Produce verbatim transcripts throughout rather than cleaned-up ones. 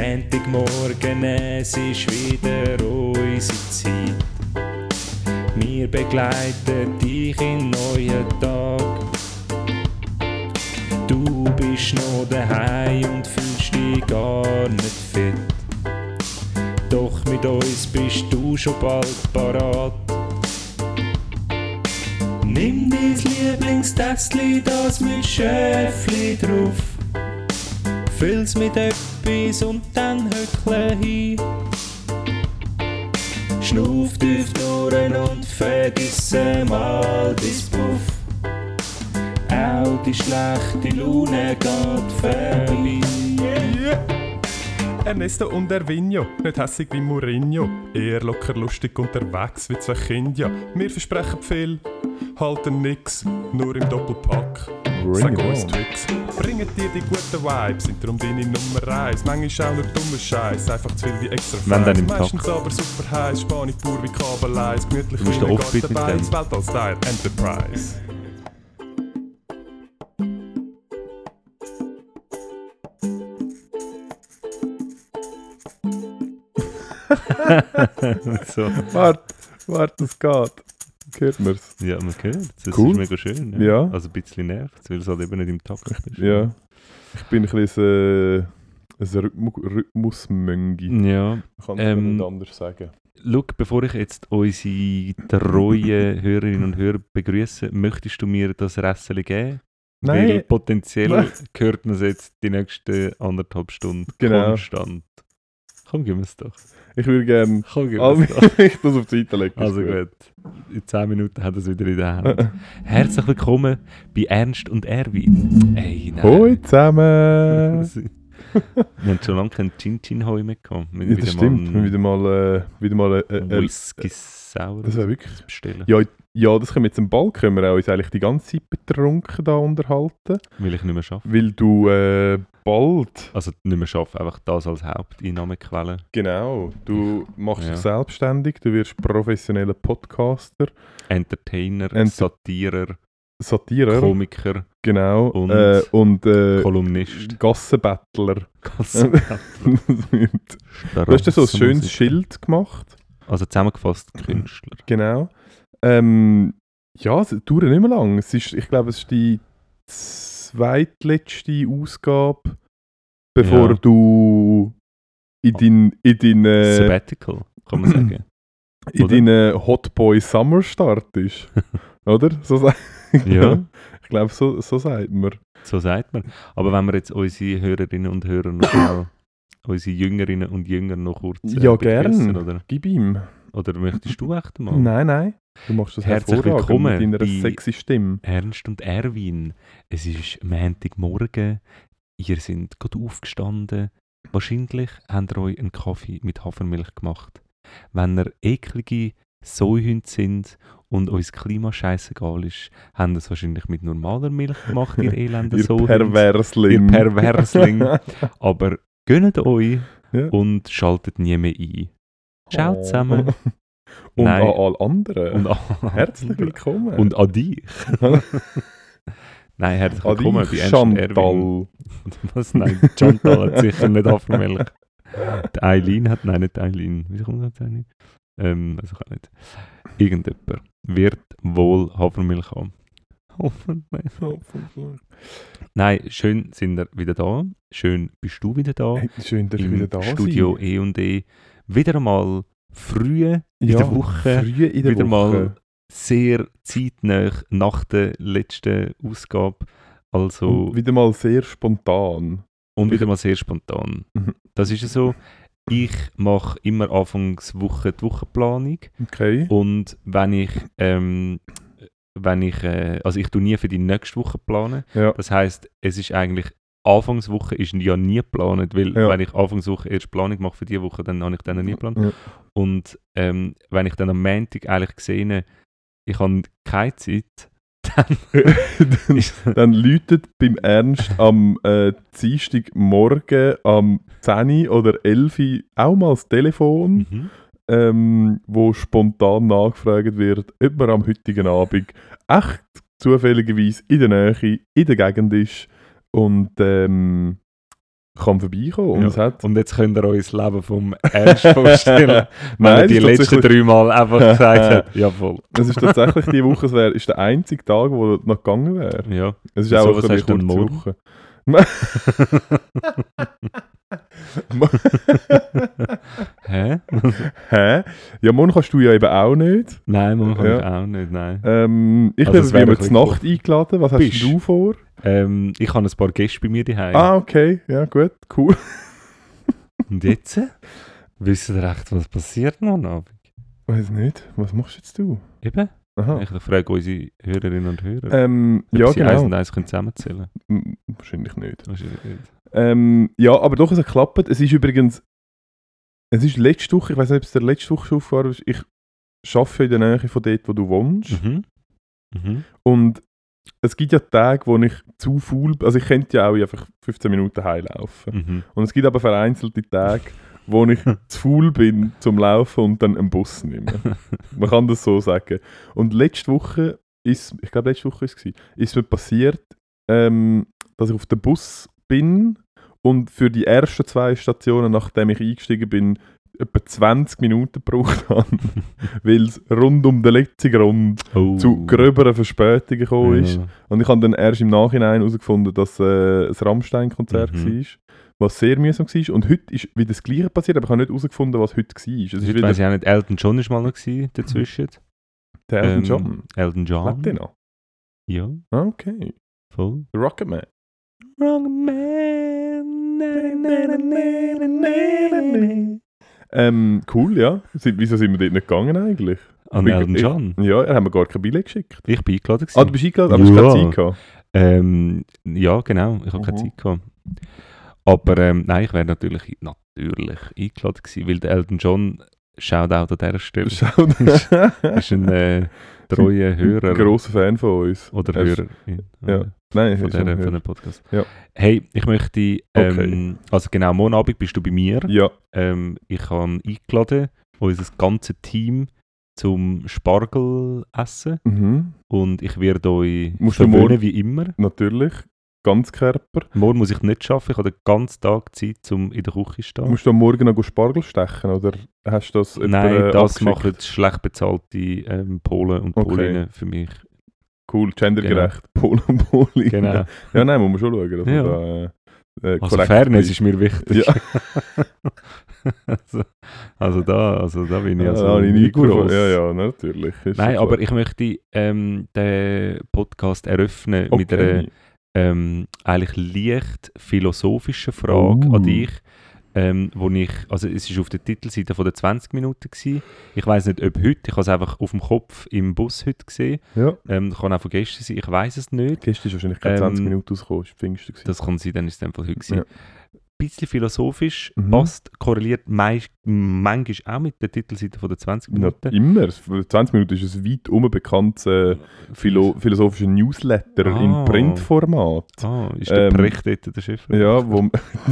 Montagmorgen, es ist wieder unsere Zeit. Wir begleiten dich in neuen Tag. Du bist noch daheim und fühlst dich gar nicht fit. Doch mit uns bist du schon bald parat. Nimm dein Lieblingstässchen, das mit Schöffli drauf. Füll's mit etwas und dann höckle hin. Schnuff tief durch und vergiss mal bis Puff. Auch die schlechte Laune geht vorbei. Yeah. Ernesto und Ervinho, nicht hässig wie Mourinho. Eher locker lustig unterwegs wie zwei Kinder. Wir versprechen viel, halten nix, nur im Doppelpack. Sag uns Tricks, bringen dir die guten Vibes, sind darum deine Nummer eins. Manchmal auch nur dummer Scheiß, einfach zu viel wie extra Fleiß. Meistens aber super heiß, Spanisch pur wie Kabeleis. Gemütlich wie ein Gartenbein, Weltall-Style Enterprise. so. Warte, warte, es geht. Hört man es? Ja, man hört es. Das Cool. ist mega schön. Ja. Ja. Also ein bisschen nervt, weil es halt eben nicht im Takt ist. Ja. Ich bin ein bisschen äh, ein Rhythmu- Rhythmusmöngi. Ja. Ich kann es Ähm, nicht anders sagen. Schau, bevor ich jetzt unsere treuen Hörerinnen und Hörer begrüße, möchtest du mir das Rässeli geben? Weil Nein, potenziell Nein. gehört man jetzt die nächsten anderthalb Stunden Genau. konstant. Komm, gib mir es doch. ich würde gerne Komm, gib all mir es doch. mich das auf die Seite legen. Also gut, in zehn Minuten hat er es wieder in der Hand. Herzlich willkommen bei Ernst und Erwin. Ey, nein. Hoi zusammen! Wir haben schon lange keinen Chin-Chin-Hoi mehr gehabt. Wir Ja, das stimmt. Wir wieder mal, äh, wieder mal äh, äh, Whisky sauer das wäre wirklich... bestellen. Ja, ja, das können wir jetzt am Ball, können wir auch uns eigentlich die ganze Zeit betrunken da unterhalten. Weil ich nicht mehr arbeite. Weil du äh, bald... Also nicht mehr arbeite, einfach das als Haupteinnahmequelle. Genau, du machst Ja. dich selbstständig, du wirst professioneller Podcaster, Entertainer, Ent- Satierer, Satierer, Komiker, genau, Und- äh, und äh, Kolumnist. Gassenbettler. Ganz Du hast ja so ein schönes Schild gemacht. Also zusammengefasst Künstler. Genau. Ähm, ja, es dauert nicht mehr lang. Es ist, ich glaube, es ist die zweitletzte Ausgabe, bevor Ja. du in dein, in dein, äh, Sabbatical, kann man sagen. in oder? deinen Hotboy Summer startest. Oder? So sa- Ja. Ich glaube, so, so sagt man. So sagt man. Aber wenn wir jetzt unsere Hörerinnen und Hörer noch mal, unsere Jüngerinnen und Jünger noch kurz äh, Ja, begrüßen, gern. Oder, Gib ihm. oder möchtest du echt mal? Nein, nein. Du machst das Herzlich hervorragend willkommen mit deiner bei- sexy Stimme. Ernst und Erwin, es ist Montagmorgen, ihr seid gerade aufgestanden. Wahrscheinlich habt ihr euch einen Kaffee mit Hafermilch gemacht. Wenn ihr eklige Säuhunde sind und euch das Klima scheissegal ist, habt ihr es wahrscheinlich mit normaler Milch gemacht, ihr elenden Ihr Säuhunde. Perversling. Ihr Perversling. Aber gönnt euch Ja. und schaltet nie mehr ein. Ciao Oh. zusammen. Und Nein. an alle anderen. Und an, Herzlich willkommen. Und an dich. Nein, herzlich an willkommen dich, bei Ernst und Erwin. Chantal. Was? Nein, Chantal hat sicher nicht Hafermilch. Die Eileen hat, nein, nicht Eileen. Wie kommt das Eileen? Ähm, also auch nicht. Irgendjemand wird wohl Hafermilch haben. Hoffentlich. Hoffentlich. Nein, schön sind wir wieder da. Schön bist du wieder da. Hey, schön, dass ich Im wieder da Studio sein. E und E. Wieder einmal früh in Ja, der Woche. Früh in der wieder Woche. mal sehr zeitnah nach der letzten Ausgabe. Also, Und wieder mal sehr spontan. und wieder mal sehr spontan. Mhm. Das ist ja so, ich mache immer Anfangswoche die Wochenplanung Okay. und wenn ich, ähm, wenn ich, äh, also ich tue nie für die nächste Woche planen. Ja. Das heisst, es ist eigentlich, Anfangswoche ist ja nie geplant, weil Ja. wenn ich Anfangswoche erst Planung mache für diese Woche, dann habe ich dann noch nie geplant. Ja. Und ähm, wenn ich dann am Montag eigentlich sehe, ich habe keine Zeit, dann dann, ist dann läutet beim Ernst am äh, Dienstagmorgen am zehn oder elf auch mal das Telefon, mhm. ähm, wo spontan nachgefragt wird, ob man am heutigen Abend echt zufälligerweise in der Nähe, in der Gegend ist und ähm, kann vorbeikommen. Und, Ja. es hat, Und jetzt könnt ihr euch das Leben vom Ernst vorstellen, wenn Nein, er die es ist letzten tatsächlich- drei Mal einfach gesagt hat, jawohl. es ist tatsächlich die Woche, es wär, ist der einzige Tag, wo noch gegangen wäre. Ja. Es ist Wieso, auch was eine hast du denn kurze morgen? Woche. Hä? Hä? Ja, morgen kannst du ja eben auch nicht. Nein, man kann Ja. ich auch nicht, nein. Ähm, ich Also, bin es bei wäre mir ein zur bisschen Nacht eingeladen. Was Bist. hast du vor? Ähm, ich habe ein paar Gäste bei mir daheim. Ah, okay. Ja, gut. Cool. Und jetzt? Wisst ihr echt, was passiert morgen Abend? Weiß nicht. Was machst jetzt du? Eben? Aha. Ich frage unsere Hörerinnen und Hörer. Ähm, ob ja, sie eins genau. und eins können zusammenzählen M- Wahrscheinlich nicht. Wahrscheinlich nicht. Ähm, ja, aber doch, es hat geklappt. Es ist übrigens... Es ist letzte Woche, ich weiß nicht, ob es der letzte Woche schon aufgefahren ist, ich arbeite in der Nähe von dort, wo du wohnst. Mhm. Mhm. Und es gibt ja Tage, wo ich zu faul bin. Also ich könnte ja auch in einfach fünfzehn Minuten heimlaufen. Mhm. Und es gibt aber vereinzelte Tage, wo ich zu faul bin zum Laufen und dann einen Bus nehme. Man kann das so sagen. Und letzte Woche ist, ich glaube letzte Woche ist es, ist mir passiert, ähm, dass ich auf dem Bus bin und für die ersten zwei Stationen, nachdem ich eingestiegen bin, etwa zwanzig Minuten gebraucht habe, weil es rund um den letzten Grund Oh. zu gröberen Verspätungen gekommen ist. Ja. Und ich habe dann erst im Nachhinein herausgefunden, dass äh, ein Rammstein-Konzert Mhm. war, was sehr mühsam war. Und heute ist wieder das Gleiche passiert, aber ich habe nicht herausgefunden, was heute war. Es ist Heute wieder weiss ich auch nicht, Elton John war mal noch gewesen dazwischen. der Elton Ähm, John. Elton John. Lebt der noch? Ja, Ah, okay. voll. The Rocketman. Wrong man. Na, na, na, na, na, na, na. Ähm, cool, ja. Sie- Wieso sind wir dort nicht gegangen eigentlich? An Ich- Elton ich- John. Ja, er hat mir gar kein Billett geschickt. Ich bin eingeladen. Ah, du bist eingeladen, aber du hast Ja. keine Zeit gehabt. Ähm, ja, genau. Ich habe keine Mhm. Zeit gehabt. Aber ähm, nein, ich wäre natürlich, natürlich eingeladen gewesen, weil der Elton John, Shoutout an dieser Stelle, Schau, ist ein äh, treuer Hörer ein grosser Fan von uns. oder Er ist- Hörer Ja. Nein, von, ist ein der, von Hörer. dem Podcast. Ja. Hey, ich möchte, ähm, Okay. also genau, morgen Abend bist du bei mir. Ja, Ähm, ich habe eingeladen, unser ganzes Team zum Spargel essen mhm. und ich werde euch Musst du verwöhnen morgen- wie immer. natürlich. Ganzkörper. Morgen muss ich nicht arbeiten, ich habe den ganzen Tag Zeit, um in der Küche zu stehen. Musst du am Morgen noch Spargel stechen, oder hast du das Nein, jemand, äh, das abgeschickt? machen schlecht bezahlte ähm, Polen und Okay. Polinnen für mich. Cool, gendergerecht. Pol und Poli. Genau. Ja, nein, muss man schon schauen. Dass Ja. man da, äh, äh, Also korrekt Fairness bleibt. ist mir wichtig. Ja. also, also da, also da bin ich Ja, also da habe ich nie rigoros. gefunden. Ja, ja, natürlich. Ist Nein, schon aber klar. ich möchte ähm, den Podcast eröffnen mit einer Okay. ähm, eigentlich leicht philosophischen Frage Uh. an dich, ähm, wo ich, also es ist auf der Titelseite von der zwanzig Minuten gewesen. Ich weiß nicht, ob heute, ich habe es einfach auf dem Kopf im Bus heute gesehen. Ja. Ähm, kann auch von gestern sein, ich weiß es nicht. Gestern ist wahrscheinlich keine Ähm, zwanzig Minuten rausgekommen, ist Pfingsten gewesen. Das kann sein, dann ist es einfach heute gewesen. Ja. Ein bisschen philosophisch, Mhm. passt, korreliert meist, manchmal auch mit der Titelseite von der zwanzig Ja, Minuten. immer. zwanzig Minuten ist ein weit unbekanntes äh, Philo philosophischer Newsletter Ah. in Printformat. Ah, ist der Ähm, Brecht dort der Chef? Ja, wo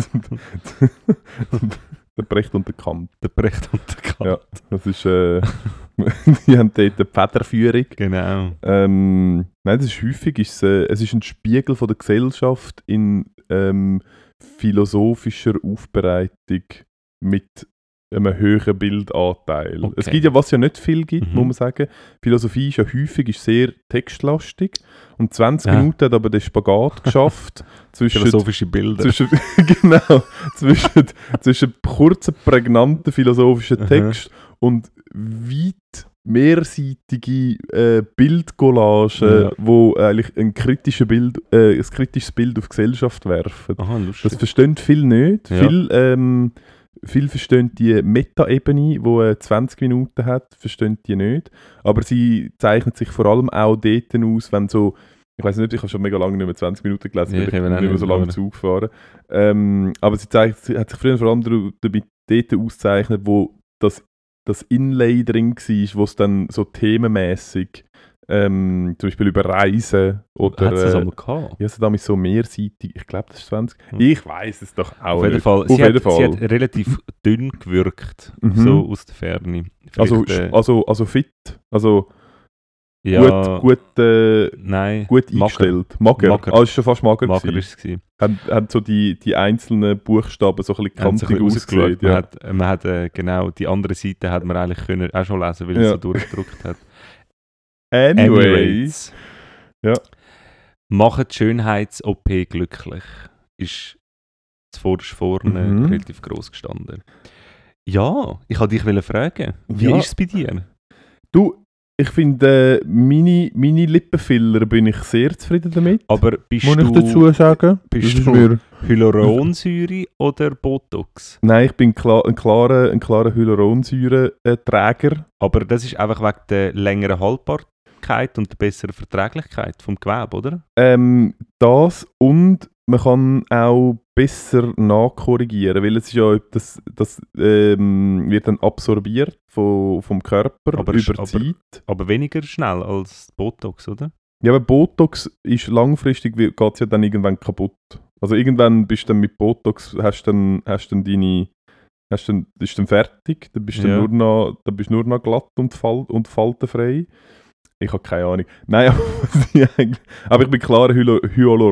der Brecht und der Kant. Der Brecht und der Kant. Ja, das ist, äh, die haben dort eine Federführung. Genau. Ähm, nein, das ist häufig, ist, äh, es ist ein Spiegel von der Gesellschaft in ähm, philosophischer Aufbereitung mit einem höheren Bildanteil. Okay. Es gibt ja, was es ja nicht viel gibt, Mhm. muss man sagen. Philosophie ist ja häufig ist sehr textlastig und zwanzig Ja. Minuten hat aber den Spagat geschafft zwischen Philosophische Bilder. zwischen, genau, zwischen, zwischen kurzen, prägnanten philosophischen Aha. Text und weit mehrseitige äh, Bildcollagen, Ja. wo eigentlich ein, kritisches Bild, äh, ein kritisches Bild auf die Gesellschaft werfen. Aha, lustig. Das verstehen viele nicht. Ja. Viel, ähm, viel verstehen die Meta-Ebene, die äh, zwanzig Minuten hat, verstehen die nicht. Aber sie zeichnet sich vor allem auch dort aus, wenn so, ich weiß nicht, ich habe schon mega lange nicht mehr zwanzig Minuten gelesen, Ja, weil ich ich eben nicht auch mehr nicht, so lange aber- Zug gefahren. Ähm, aber sie, zeigt, sie hat sich früher vor allem dr- damit dort ausgezeichnet, wo das, das Inlay drin war, wo es dann so themenmäßig ähm, zum Beispiel über Reisen oder... Hat es das äh, einmal gehabt? ja, so damit so mehrseitig, ich glaube, das ist zwanzig. Hm. Ich weiß es doch auch Auf jeden nicht. Fall. Auf sie, jeden hat, Fall. sie hat relativ dünn gewirkt, Mhm. so aus der Ferne. Also, Vielleicht, äh, also, also fit. Also, Ja, gut, gut, äh, nein. gut Mager. eingestellt. Mager. Mager. Ah, ist schon fast mager, Mager gewesen. ist es gewesen. Hat, hat so die, die einzelnen Buchstaben so ein bisschen Haben sie kantig ein bisschen ausgesehen. rausgeschaut. Man Ja. hat, man hat äh, genau die andere Seite hat man eigentlich können auch schon lesen, weil es Ja. so durchgedruckt hat. Anyway. Emirates. Ja. Machen die Schönheits-O P glücklich. Ist zuvorderst vorne Mhm. relativ gross gestanden. Ja, ich wollte dich fragen, wie Ja. ist es bei dir? Du, ich finde, äh, meine, meine Lippenfiller bin ich sehr zufrieden damit. Aber bist Muss ich du dazu sagen? bist Das ist du- mir- Hyaluronsäure oder Botox? Nein, ich bin klar, ein klarer, ein klarer Hyaluronsäure-Träger. Aber das ist einfach wegen der längeren Haltbarkeit und der besseren Verträglichkeit vom Gewebe, oder? Ähm, das und man kann auch besser nachkorrigieren, weil es ist ja, das, das ähm, wird dann absorbiert vom, vom Körper Aber- über aber- Zeit. Aber weniger schnell als Botox, oder? Ja, aber Botox ist langfristig, geht es ja dann irgendwann kaputt. Also irgendwann bist du dann mit Botox, hast dann, hast dann deine, hast dann, ist dann fertig, dann bist du Ja. dann nur noch, dann bist du nur noch glatt und, fall, und faltenfrei. Ich habe keine Ahnung. Nein, aber, was ich eigentlich- aber ich bin klarer Hylo-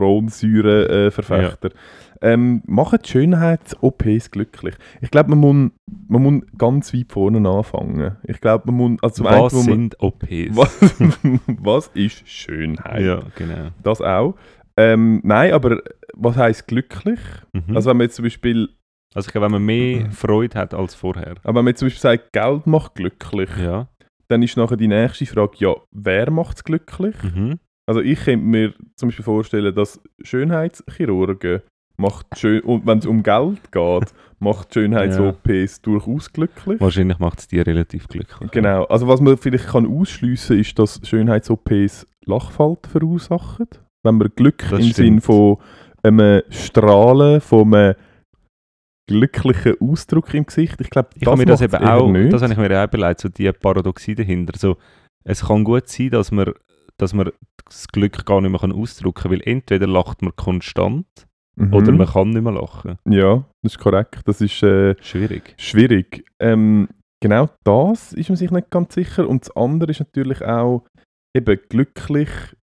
Hyaluronsäure-Verfechter. Ähm, machen die Schönheits-O Ps glücklich? Ich glaube, man muss, man muss ganz weit vorne anfangen. Ich glaube, man muss... Also zum einen Was muss man- sind O Ps? was, was ist Schönheit? Ja, genau. Das auch. Ähm, nein, aber was heisst glücklich? Mhm. Also wenn man jetzt zum Beispiel, Also ich glaube, wenn man mehr Freude hat als vorher. aber wenn man jetzt zum Beispiel sagt, Geld macht glücklich, Ja. dann ist nachher die nächste Frage, ja, wer macht es glücklich? Mhm. Also ich könnte mir zum Beispiel vorstellen, dass Schönheitschirurgen macht schön, und wenn es um Geld geht, macht Schönheits-O Ps durchaus glücklich. Wahrscheinlich macht es die relativ glücklich. Genau. Also was man vielleicht kann ausschliessen, ist, dass Schönheits-O Ps Lachfalten verursachen. Wenn man Glück Das im stimmt. Sinn von einem Strahlen, von einem glücklichen Ausdruck im Gesicht. Ich glaube, Ich habe mir das macht's eben eher auch, nicht. das habe ich mir auch überlegt, so die Paradoxie dahinter. So, es kann gut sein, dass man, dass man das Glück gar nicht mehr kann ausdrücken kann, weil entweder lacht man konstant Mhm. oder man kann nicht mehr lachen. Ja, das ist korrekt. Das ist äh, Schwierig. schwierig. Ähm, genau das ist man sich nicht ganz sicher. Und das andere ist natürlich auch eben glücklich.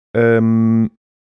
Ähm,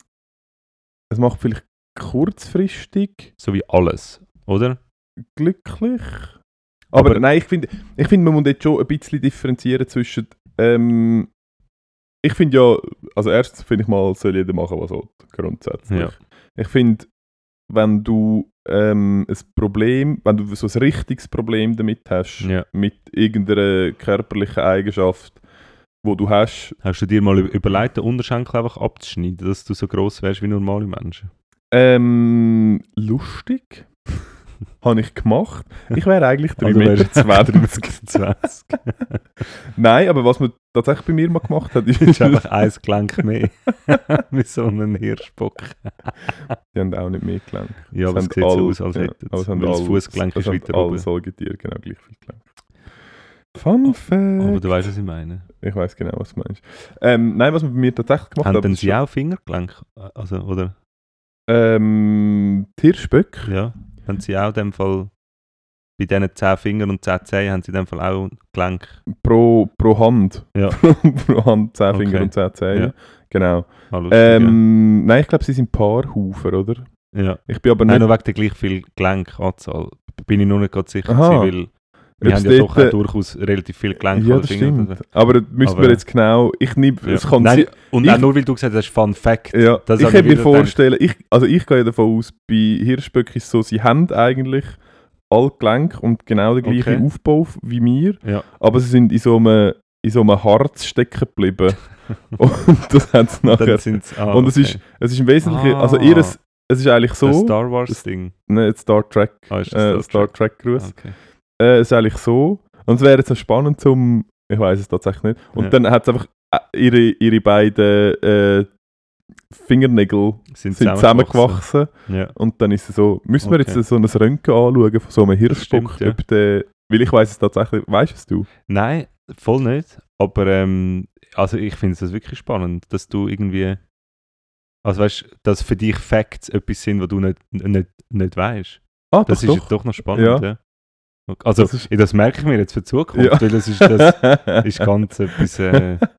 es macht vielleicht kurzfristig So wie alles, oder? glücklich. Aber, Aber- nein, ich finde, ich find, man muss jetzt schon ein bisschen differenzieren zwischen. Ähm, ich finde ja, also erstens finde ich mal, soll jeder machen, was er will, grundsätzlich. Ja. Ich finde, wenn du ähm, ein Problem, wenn du so ein richtiges Problem damit hast, Ja. mit irgendeiner körperlichen Eigenschaft, wo du hast, Hast du dir mal über- überlegt, den Unterschenkel einfach abzuschneiden, dass du so gross wärst wie normale Menschen? ähm, lustig, habe ich gemacht. Ich wäre eigentlich drei Also Meter wärst du zwanzig. zwanzig. Nein, aber was man tatsächlich bei mir mal gemacht hat, ist, Das ist einfach ein Gelenk mehr. Wie so ein Hirschbock. die haben auch nicht mehr Gelenk. Ja, aber es haben sieht so alle- aus, als ja, hätten aber es haben Weil das alle- Fußgelenk es ist haben weiter alle oben. Säugetiere genau gleich viel Gelenk. Fun Fact. Aber du weißt, was ich meine. Ich weiß genau, was du meinst. Ähm, nein, was man bei mir tatsächlich gemacht Haben hat, denn ist sie auch Fingergelenk? Also, oder? ähm, Hirschböck. Ja. Haben sie auch in dem Fall, bei diesen zehn Fingern und zehn Zehen, haben sie in dem Fall auch Gelenk? Pro, pro Hand. Ja. pro Hand zehn Okay. Finger und zehn Zehen. Ja. Genau. Ah, lustig, Ähm, nein, ich glaube, sie sind Paarhufer, oder? ja. ja. Ich bin aber Nein, nicht... nur wegen der gleich viel Gelenkanzahl. Bin ich noch nicht gerade sicher Aha. gewesen, weil wir Ob's haben ja dort, doch auch äh, durchaus relativ viel Gelenk ja, an das den Fingern. stimmt. Aber müssen Aber- wir jetzt genau... Ich nehme... Ja. Es kann Nein, sein- und ich- auch nur weil du gesagt hast, Fun Fact. Ja, Das ich habe kann mir wieder gedacht. vorstellen, ich, also ich gehe ja davon aus, bei Hirschböcken ist es so, sie haben eigentlich alle Gelenke und genau den gleichen Okay. Aufbau wie mir, Ja. aber sie sind in so einem, in so einem Harz stecken geblieben. Und das hat es nachher... Dann sind's, ah, und es okay. ist, es ist im Wesentlichen, Ah. also ihres, es ist eigentlich so... Das Star Wars Ding. Ne, Star Trek, Ah, ist das äh, Star Trek? Trek Gruß. Okay. Äh, es ist eigentlich so. Und es wäre jetzt so spannend zum... Ich weiß es tatsächlich nicht. Und Ja. dann hat es einfach äh, ihre, ihre beiden äh, Fingernägel Sind, sind zusammengewachsen. Ja. Und dann ist es so, müssen wir Okay. jetzt so ein Röntgen anschauen von so einem Hirschbock, stimmt, ja. ob der, weil ich weiss es tatsächlich, weißt es du? Nein, voll nicht. Aber ähm, also ich finde es wirklich spannend, dass du irgendwie, also weißt, dass für dich Facts etwas sind, was du nicht, nicht, nicht weißt. Ah, Das doch, ist doch. jetzt doch noch spannend, Ja. ja. Also Das das, ist- das merke ich mir jetzt für die Zukunft, Ja. weil das ist, das ist ganz etwas, äh,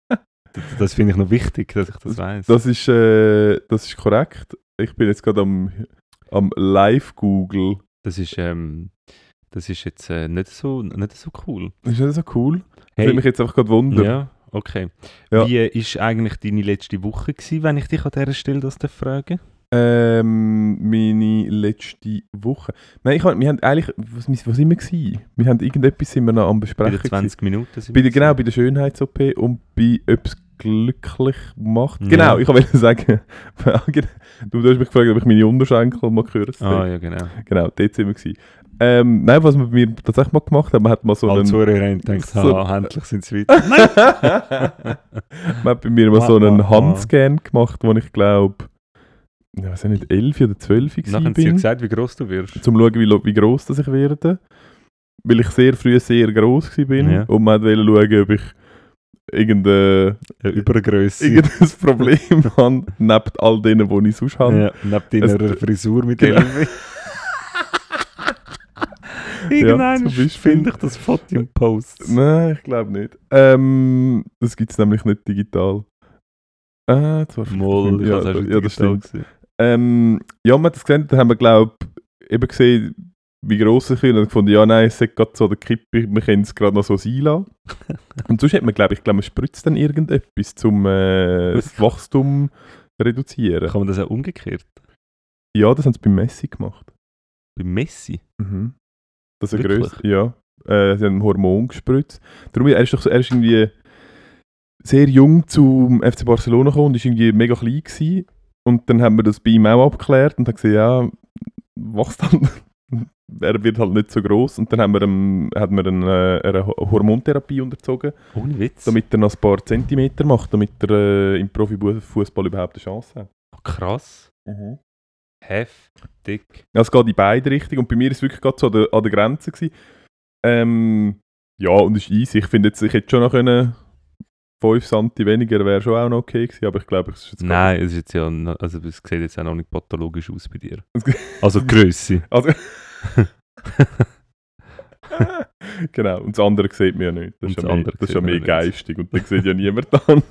Das, das finde ich noch wichtig, dass ich das weiss. Das ist, äh, das ist korrekt. Ich bin jetzt gerade am, am Live-Google. Das ist, ähm, das ist jetzt äh, nicht, so, nicht so cool. Ist das so cool? Das Hey. würde mich jetzt einfach gerade wundern. Ja, okay. Ja. Wie war eigentlich deine letzte Woche gewesen, wenn ich dich an dieser Stelle das frage? Ähm, meine letzte Woche. Nein, ich hab, wir haben eigentlich, was, was sind wir gewesen? Wir haben irgendetwas sind wir noch am Bei Besprechen. den zwanzig Minuten sind Bei der, wir genau, gewesen. bei der Schönheits-O P und bei etwas glücklich macht. Ja. Genau, ich wollte sagen, du, du hast mich gefragt, ob ich meine Unterschenkel mal kürzen. Ah, ja, genau. Genau, dort sind wir gewesen. Ähm, nein, was wir bei mir tatsächlich mal gemacht haben, man hat mal so Alle einen... Zuhörer haben gedacht, so- haha, endlich sind sie weiter. Man hat bei mir mal so Wah, einen wah, wah. Handscan gemacht, wo ich glaube, ich weiß nicht, elf oder zwölf Dann gewesen haben sie ja bin. gesagt, wie gross du wirst. Zum schauen, wie, lo- wie gross das ich werde. Weil ich sehr früh sehr gross war bin. Ja. Und man wollte schauen, ob ich irgendein, Eine Übergröße. irgendein Problem habe, neben all denen, die ich sonst habe. Ja, neben deiner Es- Frisur mit Genau. Elvi. Irgendwann zum Beispiel. finde ich das Foto und Post. Nein, ich glaube nicht. Ähm, das gibt es nämlich nicht digital. Äh, zwar Moll, ich ja, habe es auch schon ja, das digital stimmt. gesehen. Ähm, ja, man hat das gesehen, da haben wir, glaube ich, eben gesehen, wie gross ich bin. Und gefunden, ja, nein, es ist gerade so der Kippe, wir können es gerade noch so sein lassen. Und sonst hat man, glaube ich, glaub, man spritzt dann irgendetwas, um äh, das Wachstum zu reduzieren. Kann man das auch umgekehrt? Ja, das haben sie bei Messi gemacht. Bei Messi? Mhm. Das ist ein Wirklich? grösser, ja. Äh, sie haben ein Hormon gespritzt. Darum, er ist doch so, er ist irgendwie sehr jung zum F C Barcelona gekommen und ist irgendwie mega klein gewesen. Und dann haben wir das bei ihm auch abgeklärt und haben gesagt, ja, wächst halt. Er wird halt nicht so gross. Und dann haben wir ihm, hat man eine, eine Hormontherapie unterzogen, Ohne Witz? damit er noch ein paar Zentimeter macht, damit er äh, im Profifußball überhaupt eine Chance hat. Oh, krass. Heftig. Ja, es geht in beide Richtungen und bei mir war es wirklich gerade so an der, an der Grenze gewesen. Ähm, ja, und es ist easy. Ich finde jetzt, ich hätte schon noch können, fünf Santi weniger wäre schon auch noch okay gewesen, aber ich glaube, es ist jetzt Nein, es ist jetzt ja, noch- also es sieht jetzt auch noch nicht pathologisch aus bei dir. gerade- Also die Grösse. Also, genau, und das andere sieht man ja nicht. Das Und ist ja das mehr, andere das ist sieht ja man mehr nicht. geistig und dann sieht ja niemand an.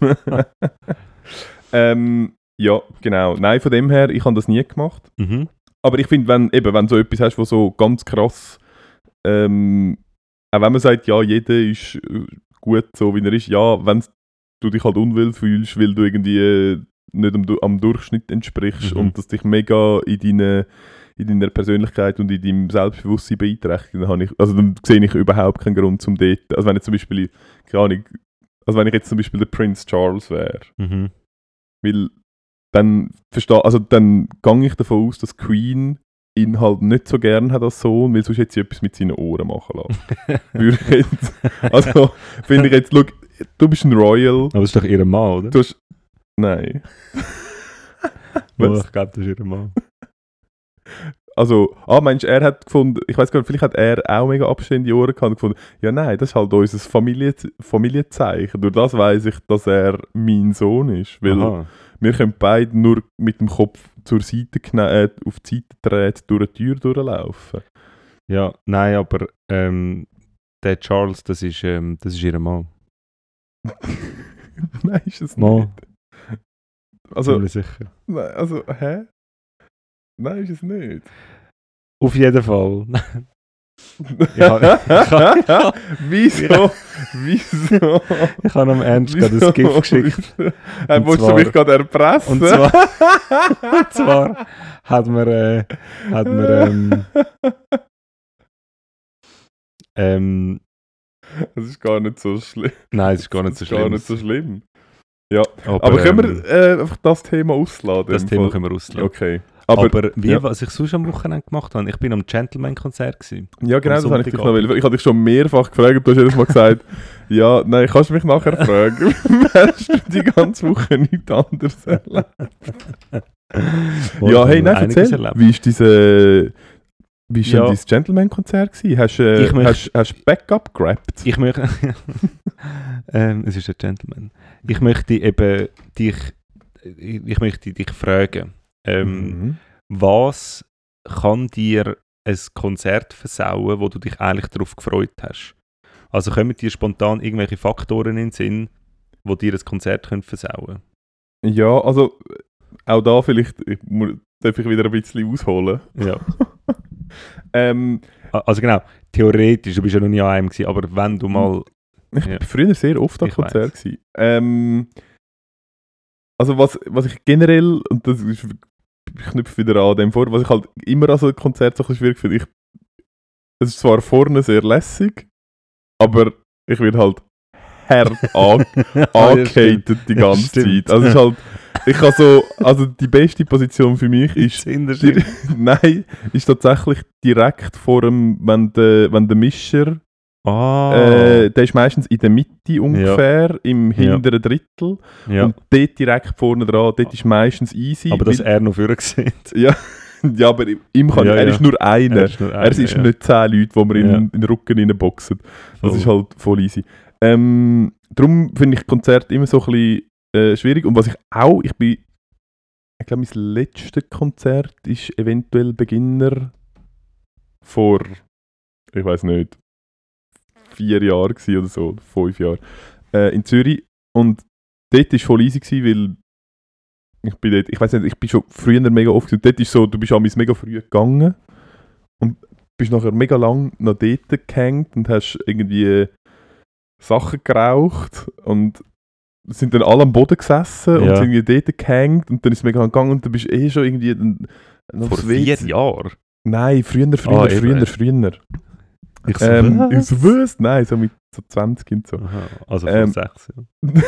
ähm, ja, genau. Nein, von dem her, ich habe das nie gemacht. Mhm. Aber ich finde, wenn, eben, wenn du so etwas hast, wo so ganz krass, ähm, auch wenn man sagt, ja, jeder ist äh, gut so, wie er ist, ja, wenn du dich halt unwohl fühlst, weil du irgendwie äh, nicht am, Du- am Durchschnitt entsprichst Mhm. und das dich mega in, deine, in deiner Persönlichkeit und in deinem Selbstbewusstsein beeinträchtigt, dann, habe ich, also dann sehe ich überhaupt keinen Grund zum dort. Also wenn ich zum Beispiel, keine Ahnung, also wenn ich jetzt zum Beispiel der Prince Charles wäre, Mhm. weil dann verstehe, also dann gehe ich davon aus, dass Queen ihn halt nicht so gern hat als Sohn, weil sonst hätte sie etwas mit seinen Ohren machen lassen. Würde ich jetzt, also finde ich jetzt, schau, du bist ein Royal, Aber das ist doch ihr Mann, oder? du hast, nein. Oh, Was? ich glaube, das ist ihr Mann. Also, ah, meinst du, er hat gefunden, ich weiß gar nicht, vielleicht hat er auch mega abstehende Ohren gehabt und gefunden, ja nein, das ist halt unser Familie, Familienzeichen. Durch das weiss ich, dass er mein Sohn ist, weil Aha. wir können beide nur mit dem Kopf zur Seite kne- äh, auf die Seite drehen, durch die Tür durchlaufen. Ja, nein, aber ähm, der Charles, das ist, ähm, das ist ihr Mann. Nein, ist es Mal. nicht. Also, Ziemlich sicher. nein, also, hä? Nein, ist es nicht. Auf jeden Fall. Ja, ich ha- Wieso? Wieso? Ich habe am Ernst gerade ein Gift geschickt. Hey, Und willst du zwar- mich gerade erpressen? Und zwar, und zwar hat man, äh, hat man ähm, ähm, Das ist gar nicht so schlimm. nein, es ist gar nicht so Das ist gar schlimm. nicht so schlimm. Ja, Aber, aber können ähm, wir äh, einfach das Thema ausladen? das im Thema Fall? können wir auslassen. Okay. Aber, Aber, wie, ja. was ich sonst am Wochenende gemacht habe, ich bin am Gentleman-Konzert gewesen. ja, genau, am das habe ich dich noch Sonntagabend. wollen. Ich habe dich schon mehrfach gefragt und du hast jedes Mal gesagt, ja, nein, kannst du mich nachher fragen? Hast du die ganze Woche nichts anderes erlebt? Wo Ja, ich hey, habe nein, einiges erzähl. erlebt. Wie ist diese... Wie ist Ja. denn dein Gentleman-Konzert gewesen? Hast du äh, Ich möchte- hast, hast Backup gerappt? Ich möchte... ähm, es ist ein Gentleman. Ich möchte eben dich... Ich, ich möchte dich fragen, ähm, Mhm. was kann dir ein Konzert versauen, wo du dich eigentlich darauf gefreut hast? Also kommen dir spontan irgendwelche Faktoren in den Sinn, wo dir ein Konzert können versauen Ja, also auch da vielleicht ich, muss, darf ich wieder ein bisschen ausholen. Ja. ähm, Also genau, theoretisch, du bist ja noch nie an einem gewesen, aber wenn du mal... Ich Ja. war früher sehr oft an Ich Konzert. gewesen. Ähm, also was, was ich generell, und das ist, ich knüpfe wieder an dem vor, was ich halt immer an so einem Konzert so ein bisschen schwierig finde, ich, es ist zwar vorne sehr lässig, aber ich werde halt hart an, angehatet die ganze Ja, stimmt. Zeit. Also es ist halt, ich kann so, also die beste Position für mich ist, Hinterschiff. nein, ist tatsächlich direkt vor dem, wenn der, wenn der Mischer, Ah. äh, der ist meistens in der Mitte ungefähr, im Ja. hinteren Drittel. ja. Und dort direkt vorne dran, dort ist meistens easy. Aber dass weil- er noch vorher sieht. ja, ja, aber ihm kann Ja, er ja. ist nur einer. Er Er, ist nur ist einer, ja. nicht zehn Leute, die wir in, Ja. in den Rücken reinboxen. Das Voll. ist halt voll easy. Ähm, darum finde ich Konzerte immer so ein bisschen äh, schwierig. Und was ich auch, ich bin, ich glaube, mein letztes Konzert ist eventuell Beginner vor, ich weiß nicht, vier Jahren gewesen oder so, oder fünf Jahre, äh, in Zürich. Und dort war es voll easy gewesen, weil ich bin dort, ich weiß nicht, ich bin schon früher mega oft gewesen. Dort ist so, du bist amigs mega früh gegangen und bist nachher mega lang noch dort gehängt und hast irgendwie Sachen geraucht und sind dann alle am Boden gesessen und Ja. sind irgendwie dort gehängt und dann ist es mega gegangen und dann bist du eh schon irgendwie dann, noch Vor aufs vier W C. Jahren? Nein, früher, früher, Ah, eben. früher, früher. Ich so, Ähm, ich was? so, was? Nein, so mit so zwanzig und so. Aha, also vor Ähm, sechs, ja.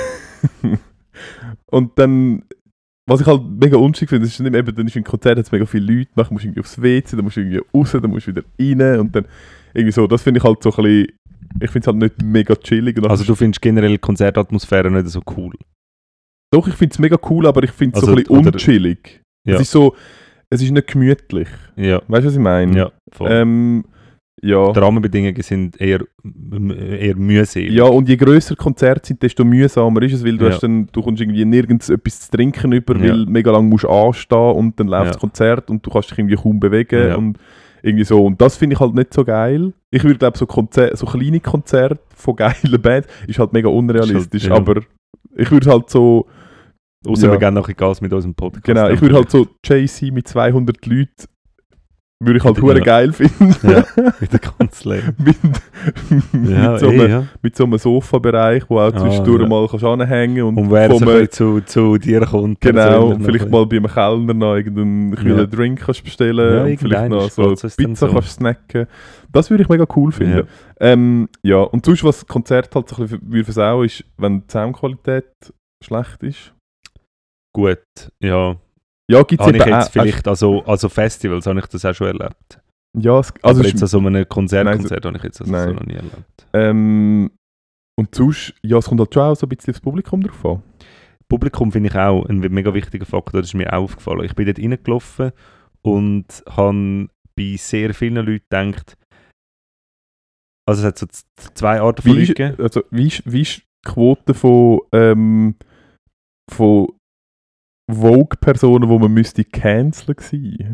Und dann, was ich halt mega unschick finde, ist nicht eben, dann ist ein Konzert, hat mega viele Leute, dann musst du irgendwie aufs W C, dann musst du irgendwie raus, dann musst du wieder rein und dann irgendwie so, das finde ich halt so ein bisschen, ich finde es halt nicht mega chillig. Und Also du findest generell Konzertatmosphäre nicht so cool? doch, ich finde es mega cool, aber ich finde es Also, so ein bisschen oder- unchillig. Ja. Es ist so, es ist nicht gemütlich. Ja, Weißt du, was ich meine? ja, voll. Ähm, ja. Die Rahmenbedingungen sind eher, m- eher mühselig. Ja, und je grösser Konzerte sind, desto mühsamer ist es, weil du, Ja. hast dann, du kommst irgendwie nirgends etwas zu trinken über, Ja. weil mega lang musst du anstehen und dann läuft Ja. das Konzert und du kannst dich irgendwie kaum bewegen Ja. und irgendwie so. Und das finde ich halt nicht so geil. Ich würde glaube so, Konzer- so kleine Konzerte von geilen Bands ist halt mega unrealistisch, Ist halt- ja. aber ich würde halt so, Außer ja. wir gehen nachher Gas mit unserem Podcast. genau, ich würde halt so J C mit zweihundert Leuten würde ich halt Ja. hure geil finden. Ja, mit der ganzen mit, Ja, mit, so eh, einem, ja. mit so einem Sofa-Bereich, wo auch Ah, zwischendurch ja. mal kannst anhängen und Und wer vom, so ein äh, bisschen zu, zu dir kommt. dann genau, soll er noch vielleicht ein mal bei einem Kellner noch irgendeinen kühlen Ja. Drink kannst bestellen Ja, und vielleicht irgendwann noch so geht's uns dann Pizza so. kannst snacken. Das würde ich mega cool finden. Ja. Ähm, ja, und sonst, was das Konzert halt so ein bisschen würde versauen, ist, wenn die Soundqualität schlecht ist. Gut, ja. Ja, gibt es Habe ich eben jetzt auch- vielleicht, also, also Festivals habe ich das auch schon erlebt. Ja, es, Also also aber es jetzt ist, an so einem Konzert, Nein, Konzert habe ich jetzt also nein. so noch nie erlebt. ähm, und sonst, ja, es kommt halt schon auch so ein bisschen aufs Publikum drauf an. Publikum finde ich auch ein mega wichtiger Faktor, das ist mir auch aufgefallen. Ich bin dort reingelaufen und habe bei sehr vielen Leuten gedacht, also es hat so z- zwei Arten von Wie Leuten ist, gegeben. also, wie, ist, wie ist die Quote von, ähm, von Vogue-Personen, die man müsste canceln gewesen?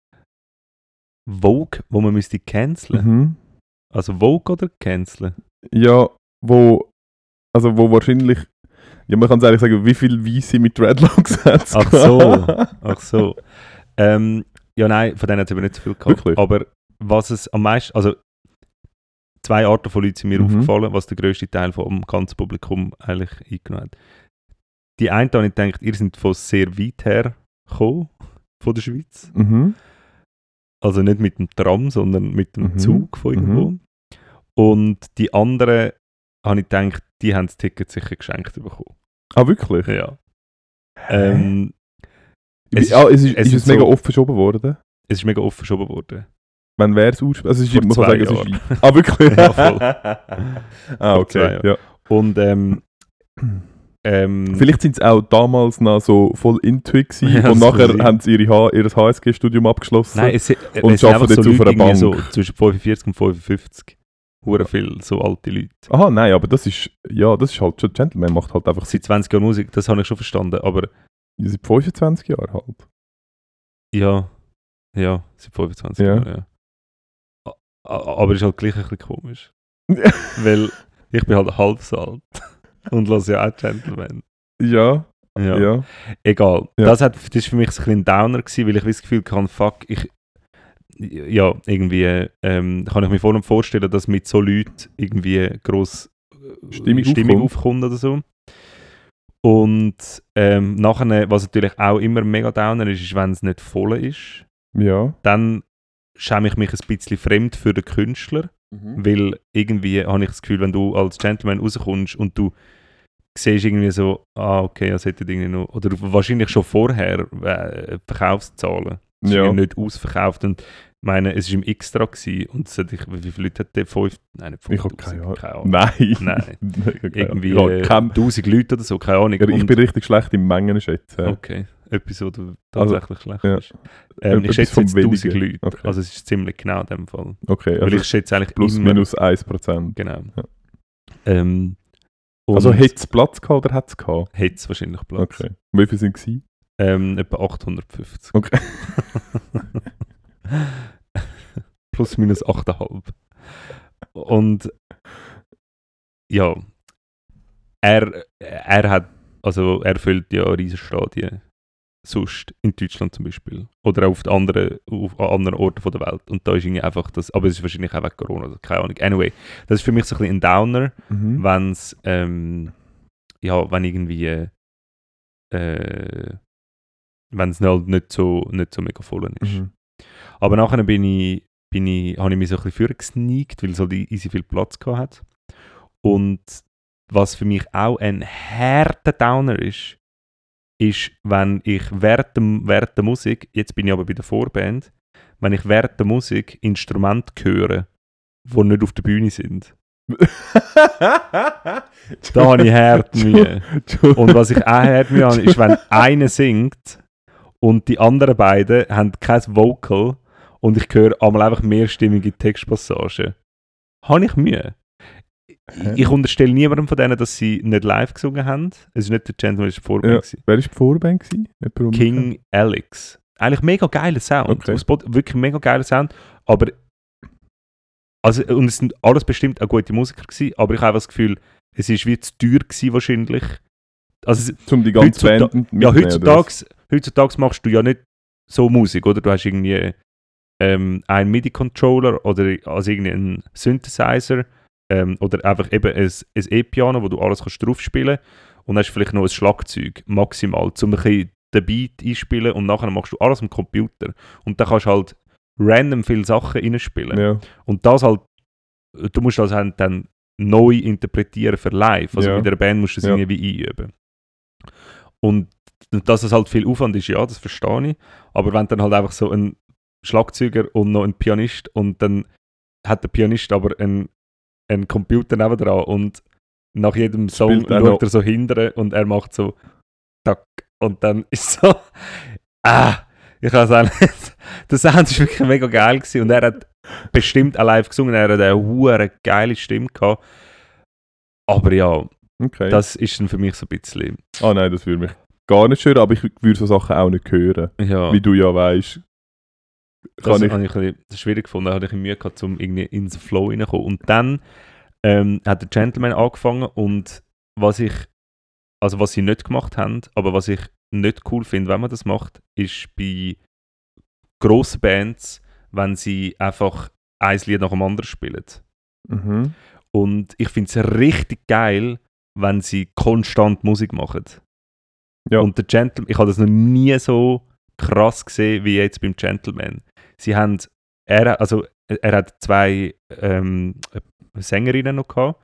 Vogue, wo man müsste canceln. Mhm. Also Vogue oder canceln? Ja, wo, also wo wahrscheinlich, ja man kann es eigentlich sagen, wie viel Weisse mit Dreadlocks hat es Ach so. Ach so. Ähm, ja, nein, von denen hat es aber nicht so viel gehabt. Wirklich? Aber was es am meisten, also zwei Arten von Leuten sind mir Mhm. aufgefallen, was der grösste Teil vom ganzen Publikum eigentlich eingenommen hat. Die einen habe ich gedacht, ihr seid von sehr weit her gekommen, von der Schweiz. Mhm. Also nicht mit dem Tram, sondern mit dem Mhm. Zug von irgendwo. Mhm. Und die anderen habe ich gedacht, die haben das Ticket sicher geschenkt bekommen. Ah, wirklich? Ja. Ähm, Es es ist, ah, es ist, es ist ist es mega so- oft verschoben worden? es ist mega oft verschoben worden. Wenn wer es ausspricht? Also es ist, Vor man kann zwei sagen, es ist, ah, wirklich? Ja, voll. ah, Vor okay. zwei Jahren. Ja. Und ähm, ähm, Vielleicht sind sie auch damals noch so voll into it gewesen Ja, und das nachher kann sein. haben sie ihre H- ihr H S G-Studium abgeschlossen. nein, es, äh, und es sind arbeiten einfach so jetzt auf Leute einer irgendwie so Bank. zwischen fünfundvierzig und fünfundfünfzig. Hure viel so alte Leute. Aha, nein, aber das ist, ja, das ist halt schon, Gentleman macht halt einfach Seit zwanzig Jahren Musik, das habe ich schon verstanden, aber seit fünfundzwanzig Jahren halt. ja, ja, seit fünfundzwanzig Ja. Jahren, ja. A- a- Aber ist halt gleich ein bisschen komisch. Weil ich bin halt halb so alt. Und lass ja auch Gentleman. Ja, Ja. ja. Egal. Ja. Das, hat, das war für mich so ein bisschen ein Downer, gewesen, weil ich das Gefühl hatte, fuck, ich. Ja, irgendwie ähm, kann ich mir voll vorstellen, dass mit so Leuten irgendwie gross äh, Stimmung Stimmung aufkommt. aufkommt oder so. Und ähm, nachher, was natürlich auch immer mega Downer ist, ist, wenn es nicht voll ist. Ja. Dann schäme ich mich ein bisschen fremd für den Künstler, Mhm. weil irgendwie habe ich das Gefühl, wenn du als Gentleman rauskommst und du siehst irgendwie so, ah okay, das hätte irgendwie noch, oder wahrscheinlich schon vorher äh, Verkaufszahlen. Es ist Ja. irgendwie nicht ausverkauft und ich meine, es war im Extra gewesen und es hat, ich, wie viele Leute hat der? Fünf? Nein, nicht Ich habe fünftausend, keine Ahnung. Nein. Nein. Nein. Irgendwie ich habe äh, kein- tausend Leute oder so, keine Ahnung. ich Und- bin richtig schlecht im Mengen schätzen. Okay, etwas, was du Also, tatsächlich schlecht ja. ist. Ähm, Etwas ich schätze vom jetzt tausend Wenigen. Leute, Okay. also es ist ziemlich genau in dem Fall. Okay, Weil also ich schätze eigentlich plus immer... minus ein Prozent. Genau. Ja. Ähm, Also und hat es Platz gehabt oder hat es gehabt? hätte es wahrscheinlich Platz. Okay. Und wie viele sind es? Ähm, etwa achthundertfünfzig. Okay. Plus minus acht Komma fünf. Und ja, er, er hat, also er füllt ja Riesenstadien. Sonst in Deutschland zum Beispiel. Oder auch auf, die anderen, auf anderen Orten von der Welt. Und da ist irgendwie einfach das, aber es ist wahrscheinlich auch wegen Corona, also keine Ahnung. Anyway, das ist für mich so ein bisschen ein Downer, Mhm. wenn es, ähm, ja, wenn irgendwie, äh, wenn es halt nicht so, nicht so mega voll ist. Mhm. Aber nachher bin ich, bin ich, habe ich mich so ein bisschen vorgesneakt, weil es halt easy viel Platz gehabt hat. Und was für mich auch ein harter Downer ist, ist, wenn ich während, dem, während der Musik, jetzt bin ich aber bei der Vorband, wenn ich während der Musik Instrumente höre, die nicht auf der Bühne sind. Da habe ich hart Mühe. Und was ich auch hart Mühe habe, ist, wenn einer singt und die anderen beiden haben kein Vocal und ich höre einmal einfach mehrstimmige Textpassagen. Habe ich Mühe. Hä? Ich unterstelle niemandem von denen, dass sie nicht live gesungen haben. Es ist nicht der Gentleman, es war die Vorband. Ja. gewesen. Wer war die Vorband? gewesen? Jemand unbekannt? King Alex. Eigentlich mega geiler Sound. Okay. Auf Spot, wirklich mega geiler Sound. Aber also, und es sind alles bestimmt auch gute Musiker gewesen, aber ich habe einfach das Gefühl, es ist wie zu teuer gewesen wahrscheinlich. Also, es- Um die ganze Heutzuta- Band ja, mitzunehmen, oder was? heutzutage, heutzutage machst du ja nicht so Musik, oder? Du hast irgendwie ähm, einen MIDI-Controller oder also irgendeinen Synthesizer ähm, oder einfach eben ein, ein E-Piano, wo du alles kannst draufspielen kannst und hast vielleicht noch ein Schlagzeug, maximal, um ein bisschen den Beat einspielen und nachher machst du alles am Computer. Und dann kannst du halt random viele Sachen reinspielen. Ja. Und das halt, du musst das halt dann neu interpretieren für live. Also Ja. mit der Band musst du es Ja. irgendwie einüben. Und dass es halt viel Aufwand ist, ja, das verstehe ich. Aber wenn dann halt einfach so ein Schlagzeuger und noch ein Pianist und dann hat der Pianist aber einen, einen Computer nebendran und nach jedem Song Spielt er schaut noch- er so hinterher und er macht so tack und dann ist so ah, ich kann sagen, der Sound war wirklich mega geil gewesen und er hat bestimmt auch live gesungen, er hat eine hure geile Stimme gehabt. Aber ja, Okay. das ist dann für mich so ein bisschen, Ah nein, das würde mich gar nicht stören, aber ich würde so Sachen auch nicht hören. ja, Wie du ja weißt. das Kann ich. habe ich ein bisschen schwierig gefunden, da hatte ich ein bisschen Mühe gehabt, um irgendwie in den Flow reinzukommen. Und dann ähm, hat der Gentleman angefangen und was ich, also was sie nicht gemacht haben, aber was ich nicht cool finde, wenn man das macht, ist bei grossen Bands, wenn sie einfach ein Lied nach dem anderen spielen. Mhm. Und ich finde es richtig geil, wenn sie konstant Musik machen. Ja. Und der Gentleman, ich habe das noch nie so krass gesehen wie jetzt beim Gentleman. Sie haben, er, also, er hat zwei ähm, Sängerinnen noch gehabt.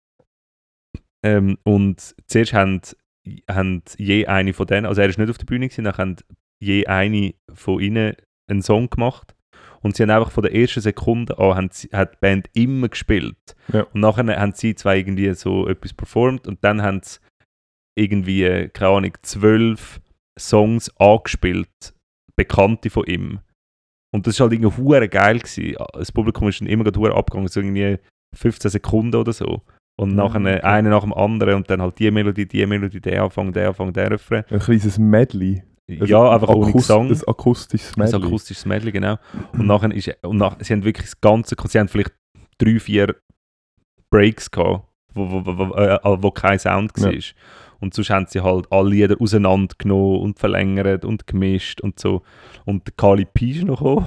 Ähm, und zuerst haben, haben je eine von denen, also er ist nicht auf der Bühne gewesen, dann haben je eine von ihnen einen Song gemacht. Und sie haben einfach von der ersten Sekunde an haben sie, hat die Band immer gespielt. Ja. Und nachher haben sie zwei irgendwie so etwas performt und dann haben sie irgendwie, keine Ahnung, zwölf Songs angespielt, bekannte von ihm. Und das war halt irgendwie hure geil gewesen. Das Publikum ist dann immer hure abgegangen, so irgendwie fünfzehn Sekunden oder so. Und Mhm, nachher okay. eine nach dem anderen und dann halt die Melodie, die Melodie, der Anfang, der Anfang, der Refrain. Ein kleines Medley. Ja, einfach ohne Akust- Gesang. Ein akustisches Ein Medley. akustisches Medley, genau. Und nachher ist, und nach, sie haben wirklich das ganze, sie haben vielleicht drei, vier Breaks gehabt wo, wo, wo, äh, wo kein Sound war. Ja. Und sonst haben sie halt alle Lieder auseinandergenommen und verlängert und gemischt und so. Und der Kali P ist noch gekommen.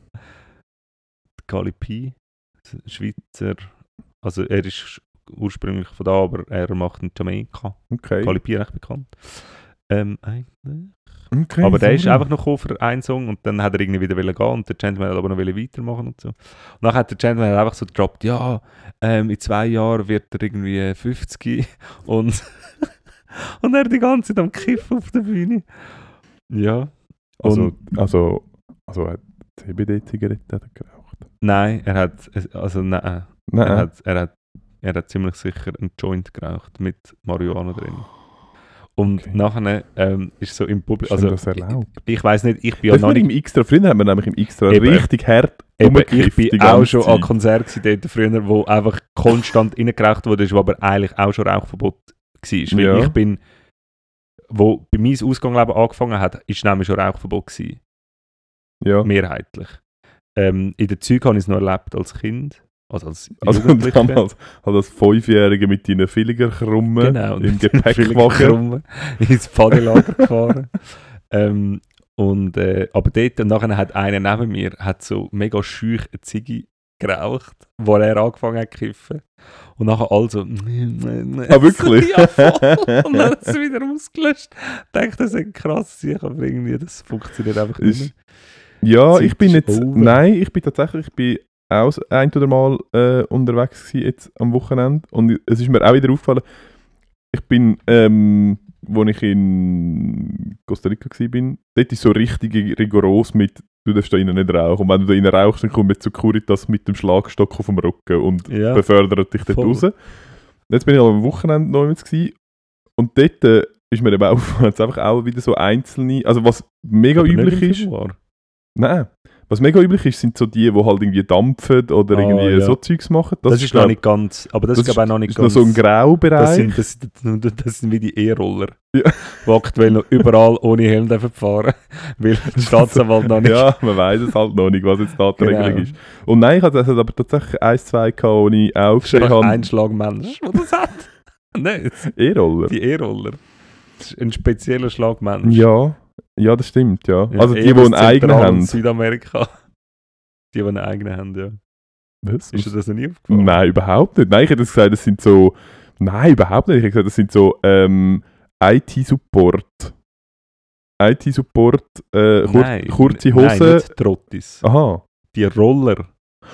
Der Kali P, Schweizer, also er ist ursprünglich von da, aber er macht in Jamaika. Okay. Kali P recht bekannt. Ähm, eigentlich. Okay, aber der sorry. ist einfach noch gekommen für einen Song und dann hat er irgendwie wieder gehen und der Gentleman hat aber noch weitermachen und so. Und dann hat der Gentleman einfach so gedroppt, ja, ähm, in zwei Jahren wird er irgendwie fünfzig und, und er die ganze Zeit am Kiffen auf der Bühne. Ja. Also, also, also hat C B D-Zigaretten geraucht? Nein, er hat, also nein, nein. Er, hat, er, hat, er hat ziemlich sicher einen Joint geraucht mit Marihuana drin. Und okay. nachher ähm, ist so im Publikum. Also, das erlaubt? Ich, ich weiss nicht, ich bin ja noch nicht. Im Extra, früher haben wir nämlich im Extra eben, richtig hart eben, ich bin auch schon Zeit. An Konzerten dort früher, wo einfach konstant reingeraucht wurde, wo aber eigentlich auch schon Rauchverbot war. Weil ja. ich bin, wo bei meinem Ausgangsleben angefangen hat, ist nämlich schon Rauchverbot gewesen. Ja. Mehrheitlich. Ähm, in den Zügen habe ich es noch erlebt als Kind. Also als also damals halt als Fünfjährige mit deinen Villiger Krummen genau, im Gepäckwagen ins Pfadilager gefahren. ähm, und, äh, aber dort, und nachher hat einer neben mir hat so mega schüch eine Ziege geraucht, wo er angefangen hat zu kiffen. Und nachher also ah, wirklich? Ja, voll. Und dann hat es wieder ausgelöscht. Ich dachte, das ist krass, aber irgendwie, das funktioniert einfach nicht mehr. Ja, ich bin jetzt, over. nein, ich bin tatsächlich, ich bin auch ein oder mal äh, unterwegs gewesen jetzt am Wochenende und es ist mir auch wieder aufgefallen, ich bin, ähm, als ich in Costa Rica war, dort ist so richtig rigoros mit, du darfst da innen nicht rauchen und wenn du da innen rauchst, dann kommt mit Securitas mit dem Schlagstock auf dem Rücken und ja, befördert dich dort raus. Jetzt bin ich am Wochenende noch mit gewesen und dort äh, ist mir eben aufgefallen, dass einfach auch wieder so einzelne, also was mega aber üblich ist, war. Nein. Was mega üblich ist, sind so die, die halt irgendwie dampfen oder ah, irgendwie ja. so Zeugs machen. Das, das ist, ist noch nicht ganz, aber das, das ist glaube ich noch nicht ist ganz... Noch so ein Graubereich. Das sind, das, das sind wie die E-Roller, ja. die aktuell noch überall ohne Helm fahren, weil der Staatsanwalt noch nicht... Ja, man weiß es halt noch nicht, was jetzt da die Regelung genau. ist. Und nein, ich hatte also aber tatsächlich eins, zwei gehabt, wo ich auch gesehen habe... ein Schlagmensch, der das hat. Nein. E-Roller? Die E-Roller. Das ist ein spezieller Schlagmensch. Ja. Ja, das stimmt, ja. ja also die, die einen eigenen haben. Südamerika. Die, die einen eigenen haben, ja. Was? Ist dir das noch nie aufgefallen? Nein, überhaupt nicht. Nein, ich hätte gesagt, das sind so... Nein, überhaupt nicht. Ich hätte gesagt, das sind so ähm, I T-Support. I T-Support, äh, kur nein, kurze Hosen. Nein, nicht Trottis. Aha. Die Roller.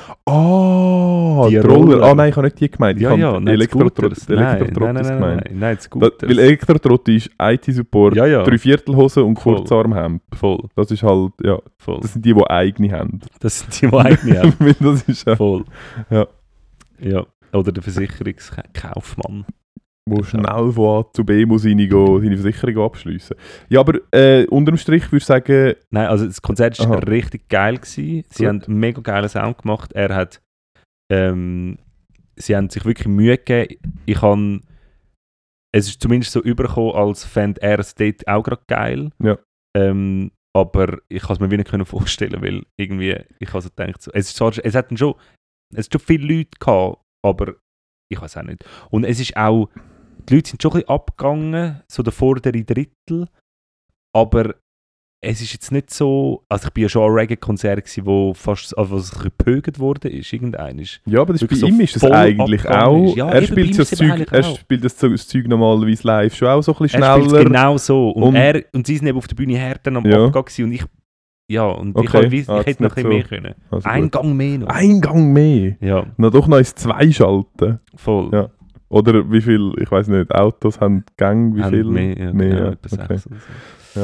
Oh, die Roller. Ah, oh, nein, ich habe nicht die gemeint. Ich ja, habe ja, Elektrotrottis nein, nein, nein, gemeint. Nein, nein, Scooters. Weil Elektrotrotti ist I T-Support, ja, ja. Dreiviertelhose und Kurzarmhemd. Voll. Das ist halt, ja. Voll. Das sind die, die eigene haben. Das sind die, die eigene haben. Weil das ist ja. Voll. Ja. Ja. Oder der Versicherungskaufmann. Wo schnell von A zu B muss seine, seine Versicherung abschliessen. Ja, aber äh, unterm Strich würde ich sagen... Nein, also das Konzert war richtig geil gewesen. Sie Gut. haben einen mega geilen Sound gemacht. Er hat... Ähm, sie haben sich wirklich Mühe gegeben. Ich kann... Es ist zumindest so übergekommen, als fände er es dort auch gerade geil. Ja. Ähm, aber ich kann es mir wieder vorstellen, weil irgendwie... Ich habe so gedacht... So, es, ist zwar, es hatten schon... Es hat schon viele Leute gehabt, aber... Ich weiß auch nicht. Und es ist auch... Die Leute sind schon ein bisschen abgegangen, so der vordere Drittel. Aber es ist jetzt nicht so... Also ich bin ja schon an Reggae-Konzert gewesen, wo fast also was ein bisschen gepögert wurde ist, irgendein ist. Ja, aber das bei so ihm ist das eigentlich auch... Ja, er spielt, das Zeug, er spielt das, das Zeug normalerweise live schon auch so ein bisschen schneller. Er spielt genau so. Und, und, er, und sie sind eben auf der Bühne härter am ja. Abgang gewesen. Und ich... Ja, und okay. ich, halt, ich, ich hätte noch ein bisschen so. mehr können. Also ein gut. Gang mehr noch. Ein Gang mehr? Ja. Na doch noch ins zwei schalten. Voll. Ja. Oder wie viel, ich weiß nicht, Autos haben Gang, wie haben viel? Mehr, ja, mehr genau, ja. etwa Okay. sechs oder so. Ja.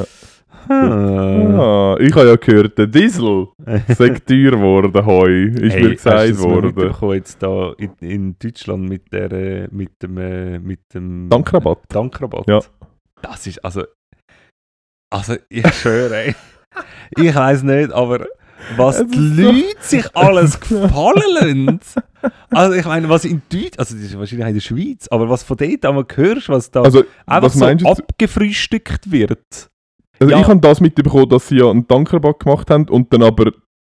Ah. Ah, ich habe ja gehört, der Diesel sei teuer geworden, heu, ist hey, mir gesagt worden. Ich habe jetzt da in, in Deutschland mit, der, mit dem, mit dem Tankrabatt. Tankrabatt. Ja. Das ist, also, also ich schwöre, ey, ich weiß nicht, aber was die Leute sich alles gefallen lassen. Also ich meine, was in Deutschland, also das ist wahrscheinlich in der Schweiz, aber was von dort einmal hörst, was da also, einfach was so abgefrühstückt abgefrühstückt wird. Also ja. ich habe das mitbekommen, dass sie ja einen Tankrabatt gemacht haben und dann aber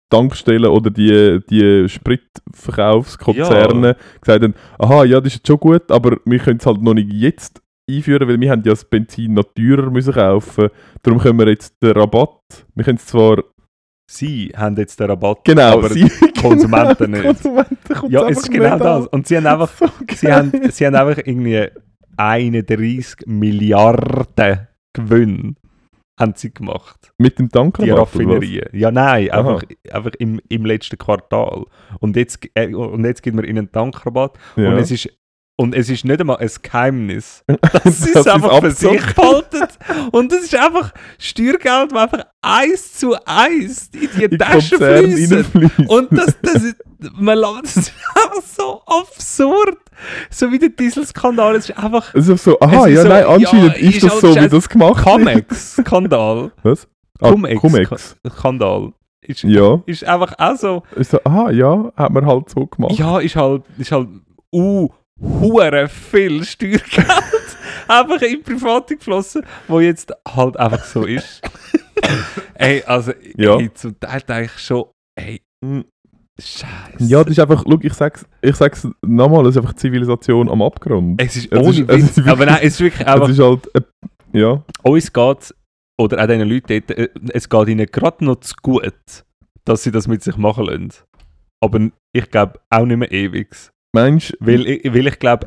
Tankstellen oder die, die Spritverkaufskonzerne Ja. gesagt haben, aha, ja, das ist jetzt schon gut, aber wir können es halt noch nicht jetzt einführen, weil wir haben ja das Benzin noch teurer müssen kaufen. Darum können wir jetzt den Rabatt, wir können es zwar... Sie haben jetzt den Rabatt, Genau, aber sie, die Konsumenten nicht. Konsumenten kommt Ja, es ist genau das. Und sie haben einfach, So sie geil. haben, sie haben einfach irgendwie einunddreißig Milliarden Gewinn haben sie gemacht. Mit dem Tankrabatt? Die oder was? Raffinerien. Ja, nein, Aha. einfach, einfach im, im letzten Quartal. Und jetzt, äh, und jetzt gibt man ihnen einen Tankrabatt. Ja. Und, es ist, und es ist nicht einmal ein Geheimnis, dass sie Das es ist einfach für sich abgezockt. behalten. Und das ist einfach Steuergeld, das einfach eins zu eins in die In Taschen Konzern fließt. reinfließt. Und das, das, ist, man, la- das ist einfach so absurd. So wie der Dieselskandal. Es ist einfach Es ist so, aha, Es ist ja, so, nein, anscheinend ja, ist, ist das halt so, wie scheiß das gemacht wird. Cum-Ex-Skandal. Was? Ah, Cum-Ex. Cum-Ex. Skandal. Ist, Ja. ist einfach auch so, Ist so, aha, ja, hat man halt so gemacht. ja, ist halt, ist halt, uh, hure viel Steuergeld einfach in Private geflossen, wo jetzt halt einfach so ist. Ey, also, Ja. ey, zum Teil denke ich schon, ey, Mm. Scheiße. Ja, das ist einfach, schau, ich sag's, ich sag's nochmal, es ist einfach Zivilisation am Abgrund. es ist es ohne ist- es Witz, ist wirklich- aber nein, es ist wirklich Es einfach, ist halt, äh, ja, uns geht oder auch diesen Leuten dort, äh, es geht ihnen gerade noch zu gut, dass sie das mit sich machen lassen. Aber ich glaube auch nicht mehr ewig. meinst Weil ich, weil ich glaube,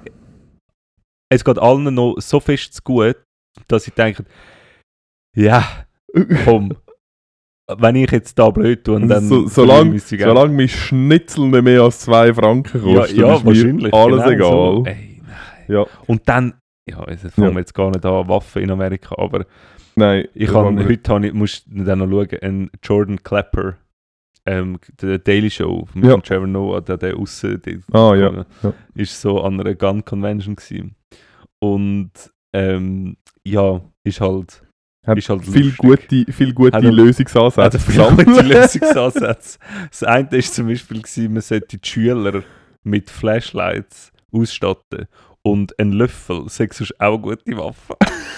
es geht allen noch so fest zu gut, dass sie denken, ja, komm, wenn ich jetzt da blöd tue und dann... so, solange, solange mein Schnitzel nicht mehr als zwei Franken ja, kostet, ja, ist mir wahrscheinlich, alles genau so. egal. Ey, nein. Ja, Und dann, ja, also fangen Ja. wir jetzt gar nicht an, Waffen in Amerika, aber nein. ich das habe, haben wir- heute habe ich, musst du dann noch schauen, einen Jordan Klepper, ähm, der Daily Show mit Ja. dem Trevor Noah, der, der aussen, der Ah, ja. ja. ist so an einer Gun Convention gewesen. Und ähm, ja, ist halt, Hat ist halt viel lustig. gute, viel gute Hat er- Lösungsansätze. Also viele gute Lösungsansätze. Das eine war zum Beispiel, gewesen, man sollte die Schüler mit Flashlights ausstatten. Und ein Löffel sei sonst auch eine gute Waffe.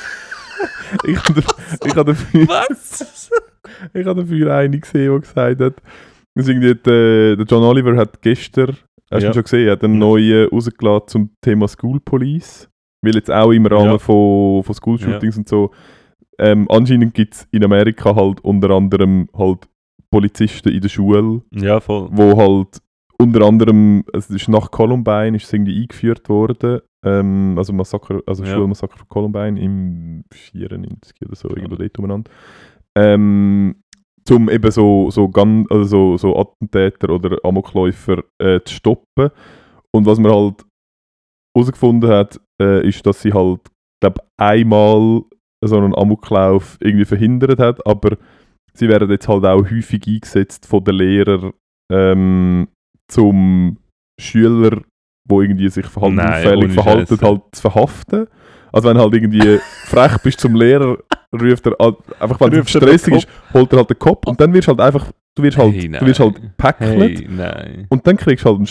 ich habe ich hab dafür, Was? ich hab dafür einen gesehen, der gesagt hat, dass irgendwie der, der John Oliver hat gestern, hast du Ja. ihn schon gesehen, hat einen Ja. neuen rausgeladen zum Thema School Police. Weil jetzt auch im Rahmen Ja. von, von School Shootings und so, ähm, anscheinend gibt es in Amerika halt unter anderem halt Polizisten in der Schule, Ja, voll. wo halt unter anderem, es ist nach Columbine ist es irgendwie eingeführt worden, ähm, also Massaker, also Ja. Schulmassaker von Columbine im vierundneunzig oder so, irgendwo dort umeinander. Ähm, zum eben so, so, Gun, also so, so Attentäter oder Amokläufer äh, zu stoppen. Und was man halt herausgefunden hat, äh, ist, dass sie halt, glaube einmal so einen Amoklauf irgendwie verhindert hat, aber sie werden jetzt halt auch häufig eingesetzt von den Lehrern ähm, zum Schüler, wo irgendwie sich Nein, verhaltensauffällig ohne verhalten, Scheisse. halt zu verhaften. Also wenn halt irgendwie frech bist zum Lehrer, ruft er an- einfach, wenn es Ruft er stressig den ist, holt er halt den Kopf und dann wirst du halt einfach, du wirst halt, Hey, du wirst nein. halt gepäckelt Hey, nein. und dann kriegst du halt einen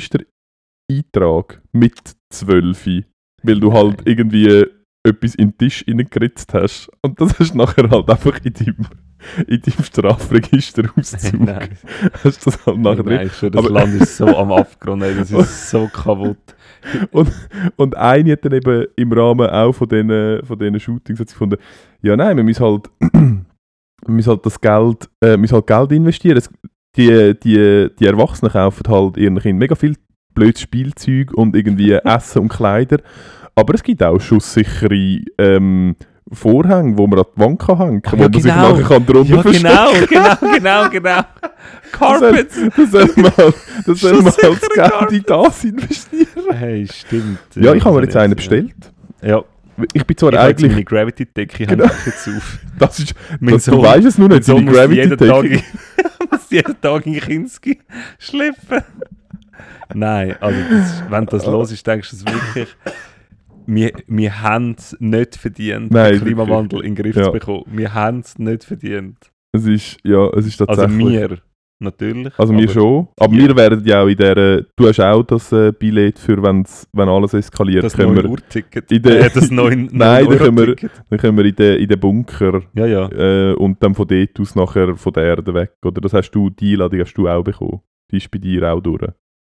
Strafregister-Eintrag mit zwölf, weil du halt Nein. irgendwie etwas in den Tisch reingeritzt hast. Und das hast du nachher halt einfach in deinem, in deinem Strafregister-Auszug. Nein. Hast du das halt nachher drin. Nein, schon, das Aber- Land ist so am Abgrund, ey, das ist so kaputt. Und, und eine hat dann eben im Rahmen auch von diesen, von diesen Shootings hat sie gefunden, ja nein, wir müssen halt, wir müssen halt das Geld, äh, wir müssen halt Geld investieren. Es, die, die, die Erwachsenen kaufen halt ihren Kindern mega viel blödes Spielzeug und irgendwie Essen und Kleider. Aber es gibt auch schusssichere ähm, Vorhänge, wo man an die Wand kann hängen kann, Ah, wo ja, man sich genau. nachher kann drunter Ja, verstecken genau, genau, genau, genau. Carpets. Das soll man, das soll man als Schusssichere Geld in das investieren. Hey, stimmt. Ja, ich habe mir das jetzt hab einen ich gesehen. bestellt. Ja, Ich bin zwar ich habe jetzt eigentlich... meine Gravity-Decke Genau. genau. jetzt auf. Das ist, Mein das, du Sohn- weißt es nur mein nicht, Sohn seine muss jeden Tag, Gravity-Decke. in- muss jeden Tag in Kinski schleppen. Nein, also das, ist- wenn das los ist, denkst du es wirklich... Wir, wir haben es nicht verdient, Nein, den Klimawandel in den Griff Ja. zu bekommen. Wir haben es nicht verdient. Es ist, ja, es ist Also tatsächlich... wir, natürlich. Also wir aber- schon. Aber Ja. wir werden ja auch in der. Du hast auch das äh, Billett für, wenn's, wenn alles eskaliert. Das können neun wir, Uhr Ticket. in der- äh, das neun Nein, da können wir- Ticket. dann können wir in den, in den Bunker Ja, ja. äh, und dann von dort aus nachher von der Erde weg. Oder das hast du, die Einladung hast du auch bekommen. Die ist bei dir auch durch.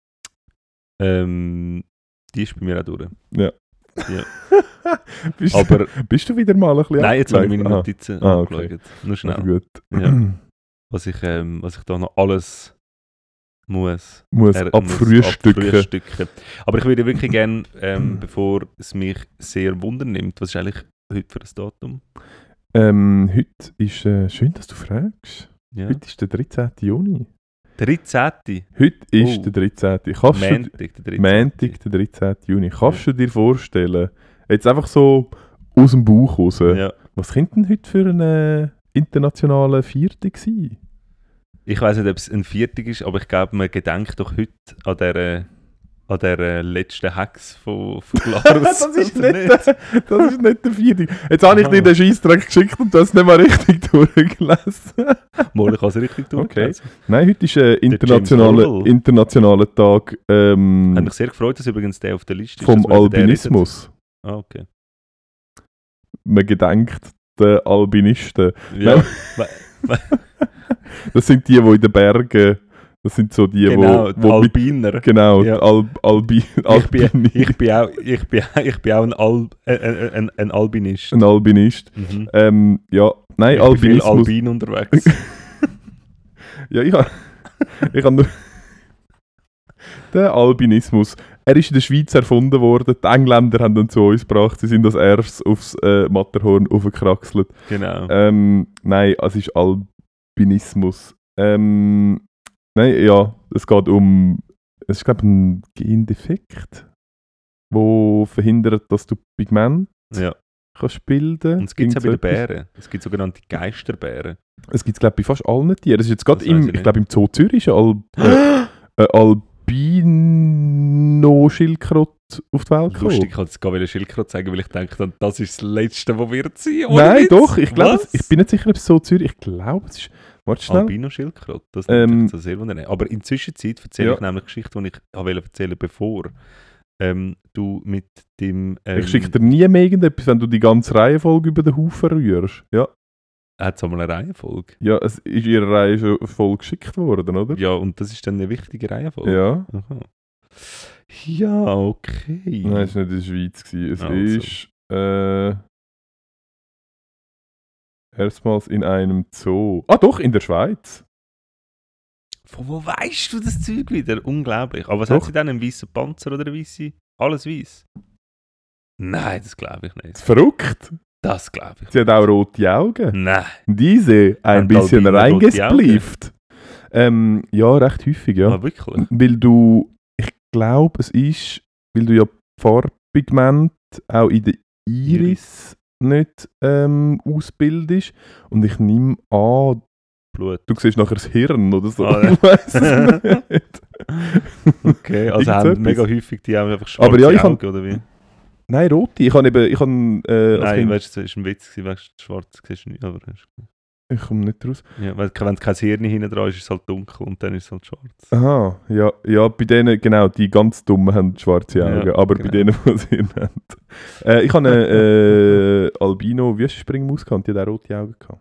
Ähm, die ist bei mir auch durch. Ja. Ja. bist, Aber bist du wieder mal ein bisschen nein, jetzt habe ich meine abgelenkt? Notizen Ah, okay. angeschaut. Nur Ah, schnell. gut. Ja. Was ich, ähm, was ich da noch alles muss, Muss er- abfrühstücken. muss abfrühstücken. Aber ich würde wirklich gerne, ähm, bevor es mich sehr wundernimmt, was ist eigentlich heute für ein Datum? Ähm, heute ist, äh, schön, dass du fragst. Ja. Heute ist der dreizehnten Juni. dreizehnten. Heute ist Oh. der dreizehnte. Kannst du, Montag, der dreizehnten. Montag, der dreizehnten Juni. Kannst du dir vorstellen, jetzt einfach so aus dem Bauch raus, Ja. was könnte denn heute für einen internationalen Viertag sein? Ich weiß nicht, ob es ein Viertag ist, aber ich glaube, man gedenkt doch heute an der, an der letzten Hex von, von Glarus. Das ist oder nicht der- Das ist nicht der Viertag. Jetzt habe ich Aha. dir den Scheissdreck geschickt und du hast es nicht mal richtig durchgelesen. Mal, ich habe es richtig durchgelesen. Nein, heute ist ein James internationaler, Orwell. internationaler Tag Ich ähm, habe mich sehr gefreut, dass übrigens der auf der Liste ist. vom dass wir über den Albinismus. reden. Ah, okay. Man gedenkt den Albinisten. Ja, Das sind die, die in den Bergen, das sind so die, genau, wo, die wo mit, Albiner. genau, Ja. die Al, Albi, Ich bin, Albini, ich, bin auch, ich, bin, ich bin auch ein, Al, äh, äh, ein, ein Albinist. ein Albinist. Mhm. Ähm, ja, nein, Ich bin viel Albinismus. Albin unterwegs. Ja, ich habe ich hab nur... Der Albinismus. Er ist in der Schweiz erfunden worden. Die Engländer haben ihn zu uns gebracht. Sie sind als erstes aufs äh, Matterhorn aufgekraxelt. Genau. Ähm, nein, es ist Albinismus. Ähm, nein, ja, es geht um... Es ist, glaube ich, ein Gendefekt, der verhindert, dass du Pigment Ja. kannst bilden. Und es gibt es auch bei den Irgend so etwas. Bären. Es gibt sogenannte Geisterbären. Es gibt es, glaube ich, bei fast allen Tieren. Es ist jetzt gerade Das weiss im, ich ich nicht. glaube, im Zoo Zürich ist ein Al äh, Albino-Schildkröte auf die Welt gekommen. Lustig, ich wollte jetzt gar wieder Schildkröte sagen, weil ich denke, das ist das Letzte, was wird sein. ohne Nein, Witz. doch, ich glaube, Was? es- ich bin nicht sicher, ob es Zoo Zürich, ich glaube, es ist, warte schnell. Albino-Schildkröte, das Ähm, nimmt mich so sehr wundern. Aber in der Zwischenzeit erzähle Ja. ich nämlich eine Geschichte, die ich wollte erzählen, bevor ähm, du mit dem... Ähm, Ich schicke dir nie mehr irgendetwas, wenn du die ganze Reihenfolge über den Haufen rührst. Ja, Hat es einmal eine Reihenfolge? ja, es ist ihre Reihe schon voll geschickt worden, oder? Ja, und das ist dann eine wichtige Reihenfolge? Ja. Aha. Ja, okay. Nein, es war nicht in der Schweiz. Gewesen. Es Also. ist äh, erstmals in einem Zoo. Ah doch, in der Schweiz. Von wo weißt du das Zeug wieder? Unglaublich. Aber was Doch. hat sie dann? Einen weißen Panzer oder eine weiße? Alles weiß? Nein, das glaube ich nicht. Verrückt. Das glaube ich Sie hat auch rote Augen. Nein. Diese ein Haben bisschen Albino rote reingesplieft. Ähm, ja, recht häufig, ja. Ah, wirklich? Weil du, ich glaube, es ist, weil du ja Farbpigment auch in der Iris nicht ähm, ausbildest. Und ich nehme an, Blut. du siehst nachher das Hirn oder so. Ah, ja. Ich weiss es nicht. Okay, also Irgend so haben etwas. mega häufig die haben einfach schwarze Aber ja, ich Augen, kann- oder wie? Nein, rote. Ich habe eben, ich habe, äh, als Nein, Kind, weißt du, das war ein Witz, gewesen, weißt du, schwarz siehst du nicht, aber... ich komme nicht raus. Ja, weil, wenn kein Hirn hinten dran ist, ist es halt dunkel und dann ist es halt schwarz. Aha, ja, ja, bei denen, genau, die ganz Dummen haben schwarze Ja, Augen, aber bei genau. denen, die sie nicht haben. Äh, ich habe eine äh, Albino-Wüstenspringmaus gehabt, die hat auch rote Augen gehabt.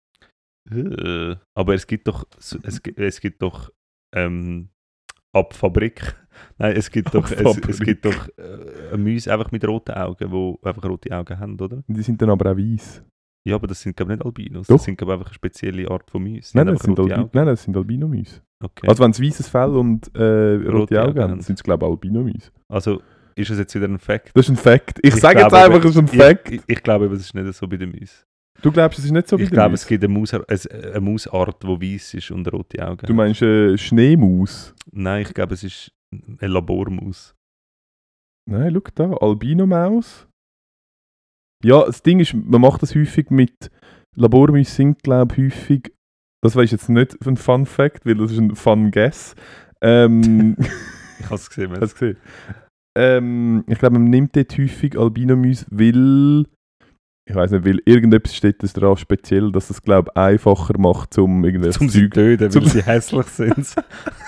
Äh, Aber es gibt doch, es gibt, es gibt doch ähm, ab Fabrik. Nein, es gibt doch, Ab es, es Fabrik. gibt doch äh, Mäuse einfach mit roten Augen, die einfach rote Augen haben, oder? Die sind dann aber auch weiß. Ja, aber das sind glaube ich nicht Albinos. Doch. Das sind glaube ich einfach eine spezielle Art von Mäuse. Die Nein, haben das einfach sind, rote Albi Augen. nein, das sind Albino-Mäuse. Okay. Also wenn sie weißes Fell und äh, rote, Rote Augen Augen haben, haben. sind es glaube ich Albino-Mäuse. Also ist es jetzt wieder ein Fact? Das ist ein Fact. Ich, Ich sage jetzt glaube, einfach, es ist ein Ich, Fact. ich, ich glaube, es ist nicht so bei den Mäusen. Du glaubst, es ist nicht so bei Ich den glaube, Mäusen? es gibt eine, Maus, eine, eine Mausart, die weiß ist und rote Augen Du hat. meinst äh, Schneemaus? Nein, ich glaube, es ist eine Labormaus. Nein, schau da, Albino-Maus. Ja, das Ding ist, man macht das häufig mit Labormäuse sind, glaube ich, häufig. Das weiß ich jetzt nicht ein Fun Fact, weil das ist ein Fun Guess. Ähm, Ich habe es gesehen. hast du gesehen? Ähm, ich glaube, man nimmt dort häufig Albino-Mäuse, weil Ich weiss nicht, weil irgendetwas steht es daran speziell, dass es, glaube ich, einfacher macht, um irgendwas Zum sie töten, zum weil sie hässlich sind.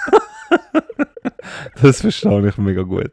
Das verstehe ich mega gut.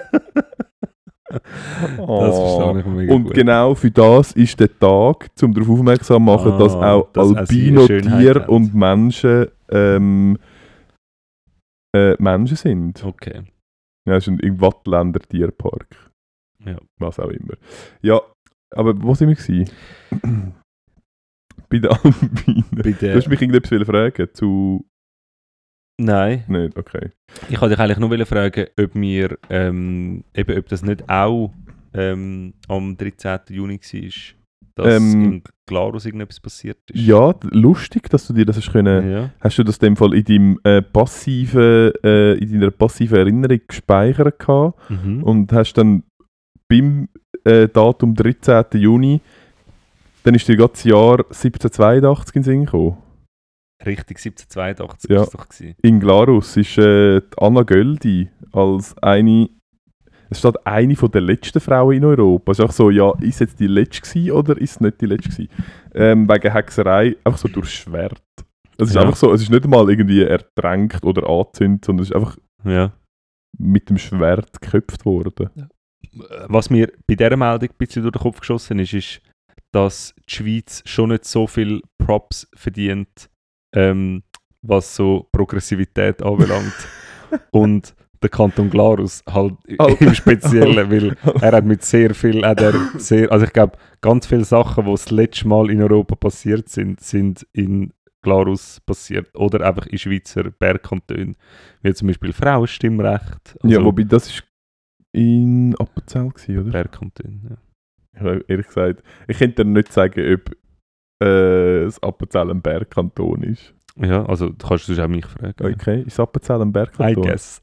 Oh. Das verstehe ich mega Und gut. genau für das ist der Tag, um darauf aufmerksam zu machen, Ah, dass auch dass auch sie eine Schönheit Albino-Tiere haben. und Menschen ähm, äh, Menschen sind. Okay. Ja, das ist ein im Wattländer Tierpark. Ja. Was auch immer. Ja, aber wo sind wir gewesen? Bei den Albinen. Bei Du der, hast mich irgendetwas fragen zu... nein, Nicht, okay. ich wollte dich eigentlich nur fragen, ob wir, ähm, eben, ob das nicht auch ähm, am dreizehnten Juni war, dass Ähm, in Glarus irgendetwas passiert ist. Ja, d- lustig, dass du dir das hast können... Ja. Hast du das in dem Fall in, deinem, äh, passiven, äh, in deiner passiven Erinnerung gespeichert gehabt Mhm. und hast dann beim äh, Datum dreizehnten Juni, dann ist dir gerade das Jahr siebzehnhundertzweiundachtzig in den Sinn gekommen. Richtig, siebzehnhundertzweiundachtzig Ja. war es doch. Gewesen. In Glarus ist äh, die Anna Göldi als eine, es steht eine von der letzten Frauen in Europa. Es ist auch so, ja, ist jetzt die letzte gewesen oder ist es nicht die letzte gewesen? Ähm, wegen Hexerei, einfach so durchs Schwert. Es ist Ja. einfach so, es ist nicht mal irgendwie ertränkt oder angezündet, sondern es ist einfach Ja. mit dem Schwert geköpft worden. Was mir bei dieser Meldung ein bisschen durch den Kopf geschossen ist, ist, dass die Schweiz schon nicht so viel Props verdient, ähm, was so Progressivität anbelangt. Und der Kanton Glarus halt Oh. im Speziellen, weil er hat mit sehr viel, hat er sehr, also ich glaube, ganz viele Sachen, die das letzte Mal in Europa passiert sind, sind in Glarus passiert. Oder einfach in Schweizer Bergkantonen, wie zum Beispiel Frauenstimmrecht. Ja, wobei das ist in Appenzell gewesen, oder? Bergkanton, ja. Ich habe ehrlich gesagt, ich könnte dir nicht sagen, ob äh, das Appenzell ein Bergkanton ist. Ja, also du kannst du auch mich fragen. Okay, ist Appenzell ein I Bergkanton? guess.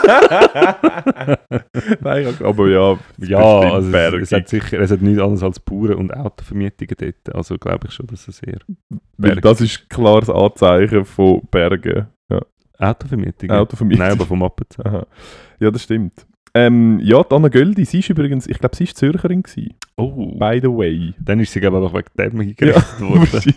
Nein, ich- aber ja, es Ja, bestimmt also es, bergig. es hat sicher, es hat nichts anderes als Bauern und Autovermietungen dort. Also glaube ich schon, dass es eher Weil bergig das ist klares Anzeichen von Bergen. Ja. Autovermietungen. Autovermietung. Nein, aber vom Appenzell. Aha. Ja, das stimmt. Ähm, ja, die Anna Göldi, sie ist übrigens, ich glaube, sie war Zürcherin gewesen. Oh, By the way. dann ist sie glaube ich einfach wegen dem hingerichtet worden.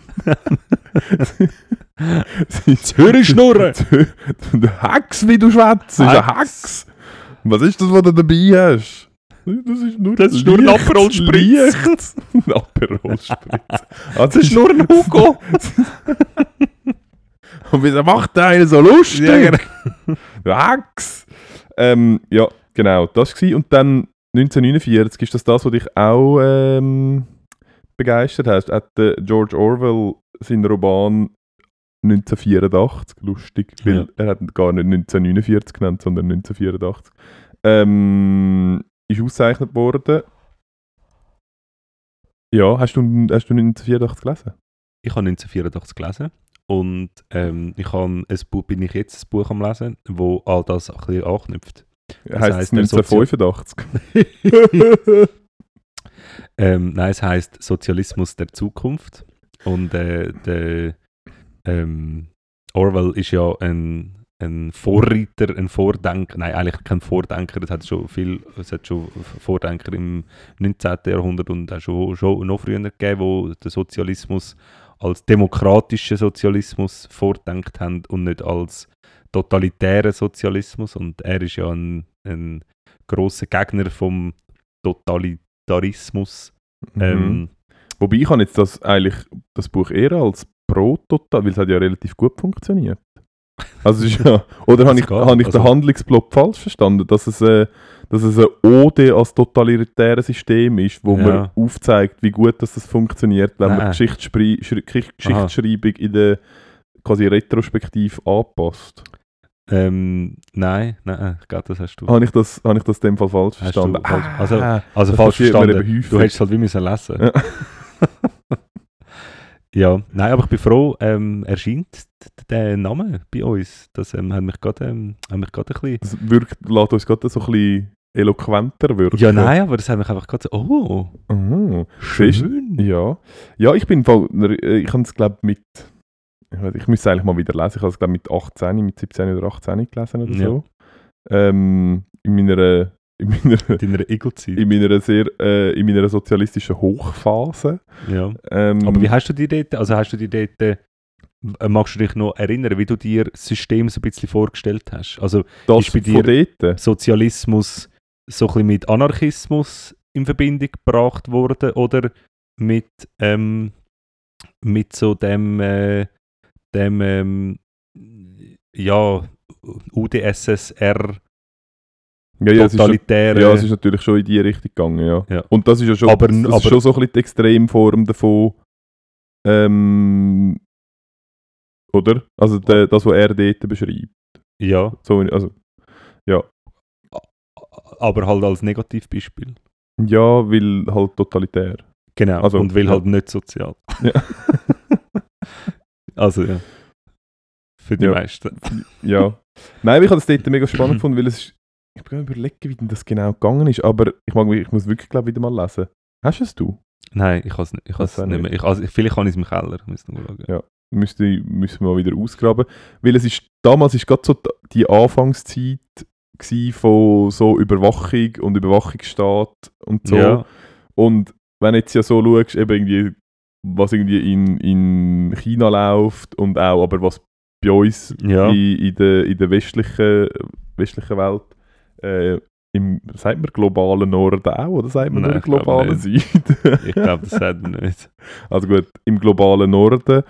Zürich schnurren! Der Hex, wie du schwätzt, ist ein Hex! Was ist das, was du dabei hast? Das ist nur, Das ist nur ein Aperol Spritz. Licht. Ein Aperol Spritz. Ah, Das ist nur ein Hugo. Und wieso macht der einen so lustig? Ja, genau. Der Hex! Ähm, ja, genau, das war. Und dann neunzehnhundertneunundvierzig ist das das, was dich auch ähm, begeistert hast. Hat der George Orwell seinen Roman neunzehnhundertvierundachtzig, lustig, weil Ja. er hat gar nicht neunzehnhundertneunundvierzig genannt, sondern neunzehnhundertvierundachtzig, ähm, ist ausgezeichnet worden. Ja, hast du, hast du neunzehnhundertvierundachtzig gelesen? Ich habe neunzehnhundertvierundachtzig gelesen und ähm, ich habe ein Buch, bin ich jetzt ein Buch am lesen, wo all das ein bisschen anknüpft. Das Heißt heisst, es der Sozi- neunzehnhundertfünfundachtzig? Ähm, nein, es heisst Sozialismus der Zukunft. Und äh, der ähm, Orwell ist ja ein, ein Vorreiter, ein Vordenker, nein, eigentlich kein Vordenker, es hat schon viel, es hat schon Vordenker im neunzehnten Jahrhundert und auch schon, schon noch früher gegeben, wo den Sozialismus als demokratischen Sozialismus vordenkt haben und nicht als totalitären Sozialismus. Und er ist ja ein, ein grosser Gegner vom Totalitarismus. Mhm. Ähm, Wobei ich habe jetzt das eigentlich das Buch eher als Pro-Total, weil es hat ja relativ gut funktioniert. Also es ist ja, oder habe ich, geht, habe ich den also- Handlungsplot falsch verstanden, dass es, äh, dass es eine Ode als totalitäres System ist, wo Ja. man aufzeigt, wie gut das, das funktioniert, wenn man Nein. die Geschichtspri- Schri- Geschicht- Geschichtsschreibung in der quasi retrospektiv anpasst. ähm, nein, nein, ich glaube, das hast du. Habe ich das, habe ich das in dem Fall falsch Hast du verstanden? falsch- also- Ah, Also das falsch passiert mir verstanden. eben häufig. Du hättest es halt wie müssen lesen. Ja. Ja, nein, aber ich bin froh, ähm, erscheint d- der Name bei uns. Das ähm, hat mich gerade ähm, hat mich gerade ein bisschen... Das wirkt, lässt uns gerade so ein bisschen eloquenter wirken. Ja, nein, aber das hat mich einfach gerade so... Oh, Oh, siehst du? schön. Ja. Ja, ich bin im Fall, ich habe es glaube mit, ich, weiß, ich müsste es eigentlich mal wieder lesen, ich habe es glaube mit achtzehn, mit siebzehn oder achtzehn gelesen oder Ja. so. Ähm, in meiner, in meiner, In deiner Ego-Zeit. in meiner sehr, äh, in meiner sozialistischen Hochphase. Ja. Ähm, Aber wie hast du die dort, also hast du die dort, äh, magst du dich noch erinnern, wie du dir das System so ein bisschen vorgestellt hast? Also das ist bei von dir dort? Sozialismus so ein bisschen mit Anarchismus in Verbindung gebracht worden oder mit, ähm, mit so dem, äh, dem ähm, ja, U d S S R Ja, ja, es ist, schon- totalitären... ja, es ist natürlich schon in die Richtung gegangen, ja. Ja. Und das ist ja schon, Aber- das aber- ist schon so ein bisschen die Extremform davon, ähm, oder? Also der, das, was er dort beschreibt. ja, So, also, aber halt als Negativbeispiel. ja, weil halt totalitär. Genau, Also, und will ja. halt nicht sozial. Ja. Also ja. Für die Ja. meisten. Ja. Nein, ich habe das dort mega spannend gefunden, weil es ist, ich bin gerade überlegen, wie denn das genau gegangen ist, aber ich, mag, ich muss wirklich, glaube ich, wieder mal lesen. Hast du es du? Nein, ich kann es nicht, ich kann's Das auch nicht mehr. Ich, also, vielleicht kann ich es im Keller. Müssen wir schauen. Ja. Müsste, müssen wir mal wieder ausgraben. Weil es ist, damals ist gerade so die Anfangszeit gsi von so Überwachung und Überwachungsstaat und so. Ja, Und wenn du jetzt ja so schaust, eben irgendwie, was irgendwie in, in China läuft und auch, aber was bei uns ja. in, in, der, in der westlichen, westlichen Welt, äh, im, sagt man globalen Norden auch, oder sagt man Nein, nur ich glaube globalen nicht. Süden? Ich glaube, das sagt man nicht. Also gut, im globalen Norden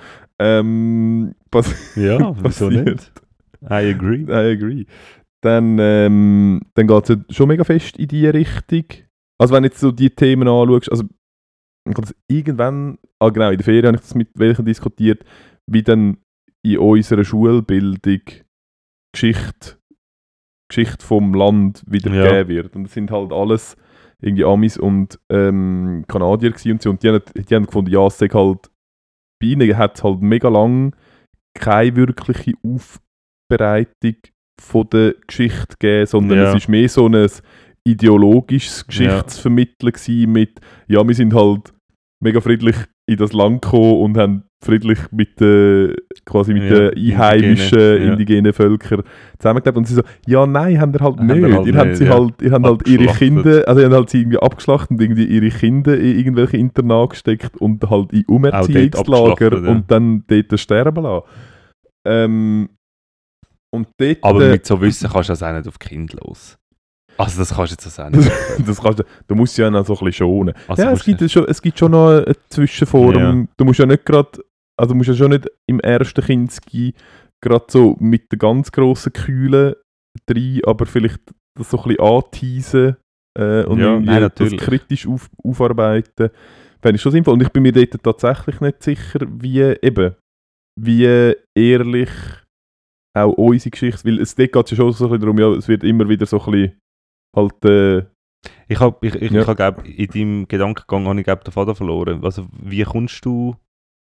ähm, pass Ja, wieso passiert. nicht? I agree. I agree. Dann, ähm, dann geht es ja schon mega fest in die Richtung. Also wenn du jetzt so die Themen anschaust, also ich habe das irgendwann, ah genau, in der Ferien habe ich das mit welchen diskutiert, wie dann in unserer Schulbildung Geschichte, Geschichte vom Land wiedergegeben Ja. wird. Und das sind halt alles irgendwie Amis und ähm, Kanadier gewesen und so. Und die haben, die haben gefunden, ja, es sei halt, bei ihnen hat es halt mega lang keine wirkliche Aufbereitung von der Geschichte gegeben, sondern Ja. es ist mehr so ein ideologisches Geschichtsvermitteln gewesen mit, ja, wir sind halt mega friedlich in das Land gekommen und haben friedlich mit den, quasi mit Ja, den einheimischen, indigene, ja. indigenen Völkern zusammengelebt. Und sie so, ja, nein, haben wir halt Haben nicht. wir halt ihr habt nicht, sie ja. halt, ihr habt halt ihre Abgeschlachtet. Kinder, also ihr habt halt sie irgendwie abgeschlachtet und irgendwie ihre Kinder in irgendwelche Internate gesteckt und halt in Umerziehungslager abgeschlachtet, ja. und dann dort sterben lassen. Ähm, und dort, Aber äh, mit so Wissen kannst du das auch nicht auf die Kinder los. Also das kannst du jetzt auch nicht. das kannst du, du musst ja noch so ein bisschen schonen. Also ja, es musst gibt, du- schon, es gibt schon noch eine Zwischenform. Ja. Du musst ja nicht gerade, also du musst ja schon nicht im ersten Kinski gerade so mit der ganz grossen Kühle rein, aber vielleicht das so ein bisschen anteasen äh, und Ja, irgendwie nein, das natürlich. kritisch auf, aufarbeiten. Fände ich schon sinnvoll. Und ich bin mir dort tatsächlich nicht sicher, wie eben, wie ehrlich auch unsere Geschichte, weil es dort geht ja schon so ein bisschen darum, ja, es wird immer wieder so ein bisschen halt, äh, Ich habe ich, ich, Ja. ich hab, glaub, in deinem Gedankengang habe ich glaub, den Faden verloren. Also wie kommst du...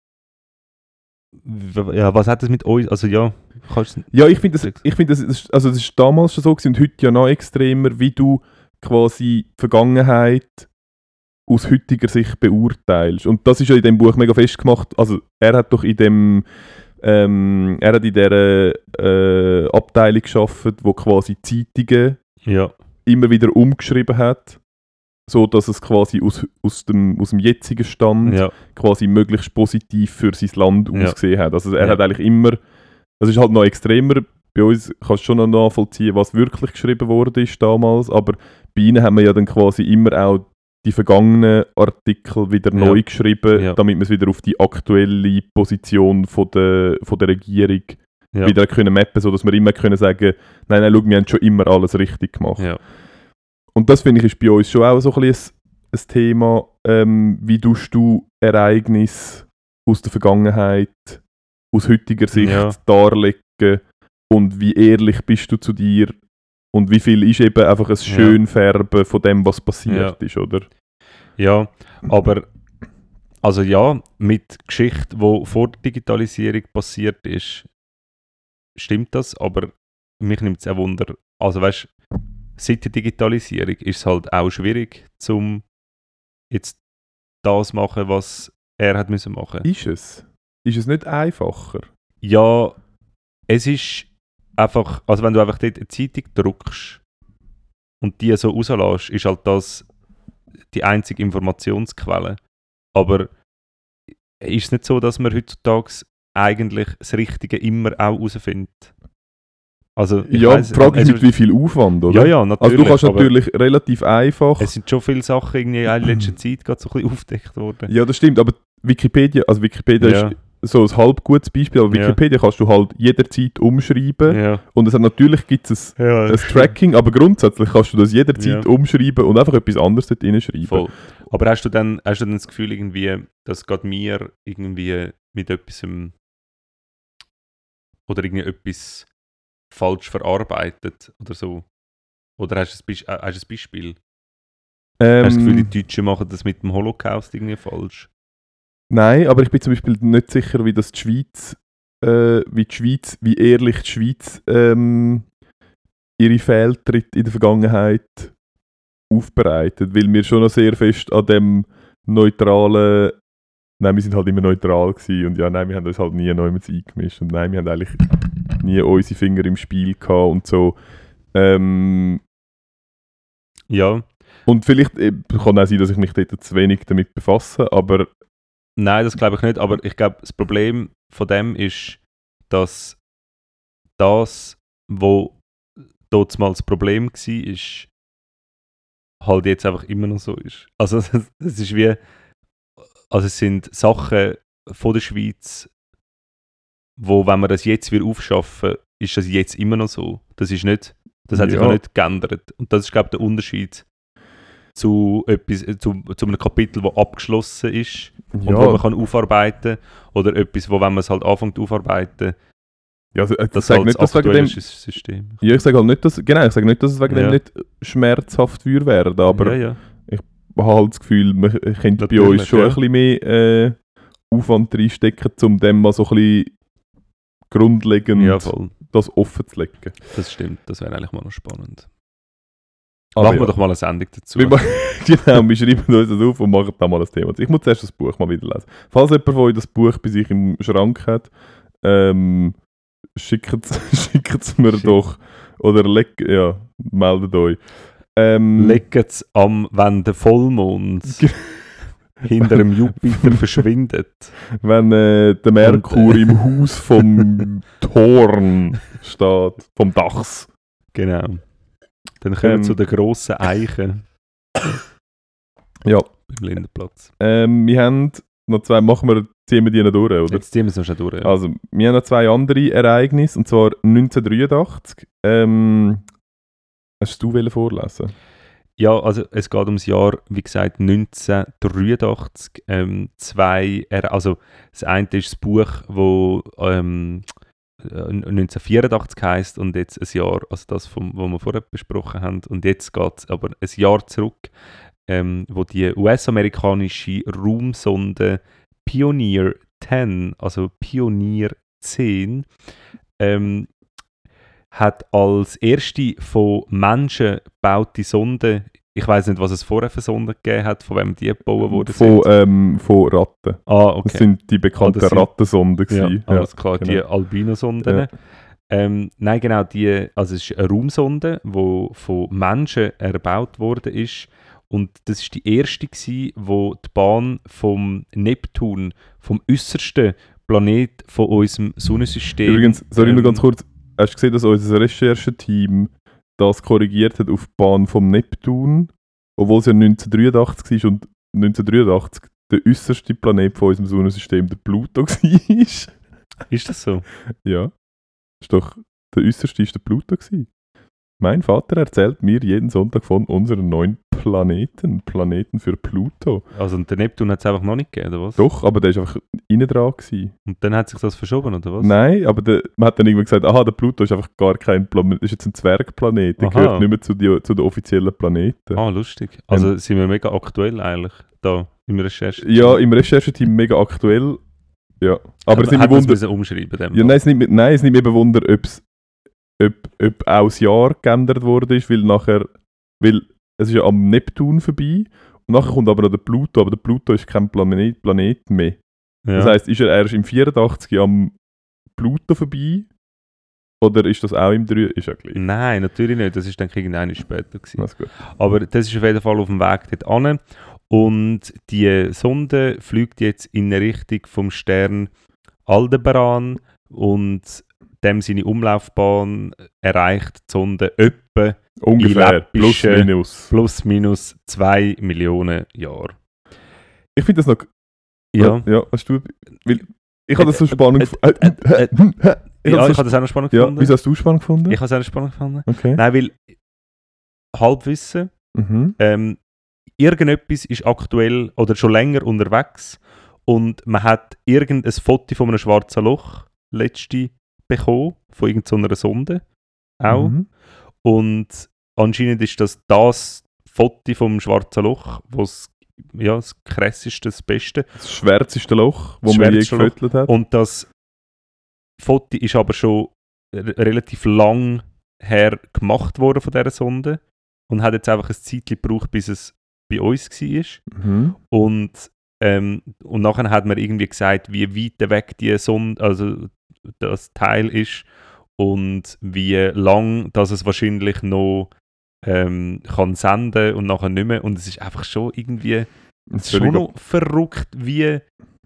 w- Ja, was hat das mit uns... Also ja, kannst du... ja, ich finde, das, ich find, das, ist- also das ist damals schon so gewesen und heute ja noch extremer, wie du quasi die Vergangenheit aus heutiger Sicht beurteilst. Und das ist ja in dem Buch mega festgemacht. Also er hat doch in dem, ähm, er hat in dieser äh, Abteilung gearbeitet, wo quasi Zeitungen Ja, immer wieder umgeschrieben hat, so dass es quasi aus, aus, dem, aus dem jetzigen Stand ja, quasi möglichst positiv für sein Land Ja. ausgesehen hat. Also er Ja. hat eigentlich immer, das ist halt noch extremer, bei uns kannst du schon noch nachvollziehen, was wirklich geschrieben wurde ist damals, aber bei ihnen haben wir ja dann quasi immer auch die vergangenen Artikel wieder Ja. neu geschrieben, Ja. damit wir es wieder auf die aktuelle Position von der, von der Regierung ja. wieder können mappen, sodass wir immer können sagen, nein, nein, schau, wir haben schon immer alles richtig gemacht. ja. Und das finde ich ist bei uns schon auch so ein, bisschen ein, ein Thema, ähm, wie tust du Ereignisse aus der Vergangenheit aus heutiger Sicht Ja. darlegen und wie ehrlich bist du zu dir und wie viel ist eben einfach ein Ja. Schönfärben von dem, was passiert ist, oder? Ja, aber also ja, mit Geschichte, die vor der Digitalisierung passiert ist, stimmt das, aber mich nimmt es auch Wunder. Also weißt, seit der Digitalisierung ist es halt auch schwierig, zum jetzt das machen, was er hat müssen machen. Ist es? Ist es nicht einfacher? Ja, es ist einfach, also wenn du einfach dort eine Zeitung druckst, und die so rauslässt, ist halt das die einzige Informationsquelle. Aber ist es nicht so, dass man heutzutage eigentlich das Richtige immer auch herausfindet? Also, ich ja, weiss, die Frage ist also, mit wie viel Aufwand, oder? Ja, ja, natürlich. Also du kannst aber natürlich relativ einfach... es sind schon viele Sachen irgendwie in letzter Zeit gerade so ein bisschen aufgedeckt worden. Ja, das stimmt, aber Wikipedia, also Wikipedia Ja. ist so ein halb gutes Beispiel, aber Ja. Wikipedia kannst du halt jederzeit umschreiben Ja. und es hat natürlich gibt es ein, Ja, ein Tracking, aber grundsätzlich kannst du das jederzeit Ja. umschreiben und einfach etwas anderes dort reinschreiben. Voll. Aber hast du dann, hast du dann das Gefühl, irgendwie, dass gerade mir irgendwie mit etwas oder irgendwie etwas falsch verarbeitet oder so? Oder hast du ein, Be- äh, hast du ein Beispiel? Ähm, Hast du das Gefühl, die Deutschen machen das mit dem Holocaust irgendwie falsch? Nein, aber ich bin zum Beispiel nicht sicher, wie das die Schweiz, äh, wie die Schweiz, wie ehrlich die Schweiz ähm, ihre Fehltritte in der Vergangenheit aufbereitet, weil wir schon noch sehr fest an dem neutralen, nein, wir sind halt immer neutral gewesen und ja, nein, wir haben uns halt nie neu mit eingemischt und nein, wir haben eigentlich nie unsere Finger im Spiel gehabt und so. Ähm, Ja. und vielleicht äh, kann auch sein, dass ich mich dort zu wenig damit befasse, aber Nein, das glaube ich nicht. Aber ich glaube, das Problem von dem ist, dass das, was dort mal das Problem war, ist, halt jetzt einfach immer noch so ist. Also es ist wie, also es sind Sachen von der Schweiz, wo, wenn man das jetzt wieder aufschaffen, ist das jetzt immer noch so. Das ist nicht, das hat sich Ja. auch nicht geändert. Und das ist, glaube ich, der Unterschied zu, etwas, zu, zu einem Kapitel, das abgeschlossen ist und ja, wo man kann aufarbeiten oder etwas, wo, wenn man es halt anfängt aufarbeiten, ja also, äh, das sag halt nicht, das dass wegen aktuelle dem, System. ja, ich sage halt nicht, dass, genau, ich sage nicht, dass es wegen dem Ja. nicht schmerzhaft würde werden, aber ja, ja. ich habe halt das Gefühl, man könnte bei Natürlich, uns schon ja. ein bisschen mehr äh, Aufwand reinstecken, um dem mal so ein bisschen grundlegend ja, voll. das offen zu legen. Das stimmt. Das wäre eigentlich mal noch spannend. Aber Machen wir ja. doch mal eine Sendung dazu. Wir, ma- genau, wir schreiben uns das auf und machen da mal ein Thema. Ich muss zuerst das Buch mal wieder lesen. Falls jemand von euch das Buch bei sich im Schrank hat, ähm, schickt es mir Schick. doch. Oder leg, ja, meldet euch. Ähm, Legt es am, wenn der Vollmond hinter dem Jupiter verschwindet. wenn äh, der Merkur Und, äh, im Haus vom Thorn steht, vom Dachs. Genau. Dann kommen wir Ähm, zu den grossen Eichen Ja, beim Lindenplatz. ähm, wir haben noch zwei, machen wir, ziehen wir die noch durch, oder? Jetzt ziehen wir es noch schnell durch. Ja. Also, wir haben noch zwei andere Ereignisse, und zwar neunzehnhundertdreiundachtzig. Ähm, hast du wollen vorlesen? Ja, also es geht ums Jahr, wie gesagt, neunzehnhundertdreiundachtzig. Ähm, zwei, er- also das eine ist das Buch, wo ähm, neunzehnhundertvierundachtzig heisst und jetzt ein Jahr, also das, vom, was wir vorher besprochen haben. Und jetzt geht es aber ein Jahr zurück, ähm, wo die U S-amerikanische Raumsonde Pioneer zehn, also Pioneer zehn, ähm, hat als erste von Menschen gebaute Sonde, ich weiß nicht, was es vorher für Sonden gegeben hat, von wem die gebaut wurden. Von, ähm, von Ratten. ah, okay. Das sind die bekannten Ah, das sind- Rattensonden Ja, gewesen. alles klar, die genau. Albino-Sonden. Ja. Ähm, nein, genau, die, also es ist eine Raumsonde, die von Menschen erbaut worden ist. Und das ist die erste gewesen, wo die Bahn vom Neptun, vom äußersten Planet von unserem Sonnensystem... Übrigens, sorry, nur ähm, ganz kurz. Hast du gesehen, dass unser Rechercheteam das korrigiert hat auf die Bahn vom Neptun, obwohl es ja neunzehnhundertdreiundachtzig war und neunzehnhundertdreiundachtzig der äußerste Planet von unserem Sonnensystem der Pluto war? Ist das so? Ja. Ist doch, der äußerste ist der Pluto gewesen. Mein Vater erzählt mir jeden Sonntag von unseren neuen Planeten. Planeten für Pluto. Also und der Neptun hat es einfach noch nicht gegeben, oder was? Doch, aber der war einfach innen dran gewesen. Und dann hat sich das verschoben, oder was? Nein, aber der, man hat dann irgendwann gesagt, aha, der Pluto ist einfach gar kein Planet, das ist jetzt ein Zwergplanet, der Aha. gehört nicht mehr zu, die, zu den offiziellen Planeten. Ah, lustig. Also sind wir mega aktuell eigentlich, da im Recherche. Ja, im Rechercheteam mega aktuell. Ja, aber es Hat nimmt mich man Wunder, müssen umschreiben. Dem ja, nein, es nimmt, mich- nein, es nimmt mich eben Wunder, ob's, ob, ob auch das Jahr geändert worden ist, weil nachher, weil es ist ja am Neptun vorbei und nachher kommt aber noch der Pluto, aber der Pluto ist kein Planet, Planet mehr. ja. Das heisst, ist er erst im vierundachtzig am Pluto vorbei Oder ist das auch im drei? Ist ja gleich. Nein, natürlich nicht. Das war dann irgendwann später gewesen. Das ist gut. Aber das ist auf jeden Fall auf dem Weg dort hin. Und die Sonde fliegt jetzt in eine Richtung vom Stern Aldebaran und dem seine Umlaufbahn erreicht die Sonde etwa Ungefähr, plus läppische- minus. plus minus zwei Millionen Jahre. Ich finde das noch... Ja, Ja, hast du... Weil ich habe das so Äh, spannend äh, gefunden. äh, äh, Ich habe ja ich das habe so das auch noch spannend ja, gefunden. wieso hast du spannend gefunden? Ich habe es auch noch spannend gefunden. Okay. Nein, weil Halbwissen, Mhm. ähm, irgendetwas ist aktuell oder schon länger unterwegs und man hat irgendein Foto von einem schwarzen Loch letzte bekommen, von irgendeiner Sonde auch. Mhm. Und anscheinend ist das das Foto vom schwarzen Loch, was ja, das krasseste, das Beste. Das schwärzeste Loch, das Das man je schwärzeste Loch. gefüttert hat. Und das Foto ist aber schon r- relativ lang her gemacht worden von dieser Sonde und hat jetzt einfach ein Zeitchen gebraucht, bis es bei uns war. Mhm. Und, ähm, und nachher hat man irgendwie gesagt, wie weit weg die Sonde, also das Teil ist und wie lang dass es wahrscheinlich noch ähm, kann senden und nachher nicht mehr. Und es ist einfach schon irgendwie Das es ist ist schon völlig noch verrückt, wie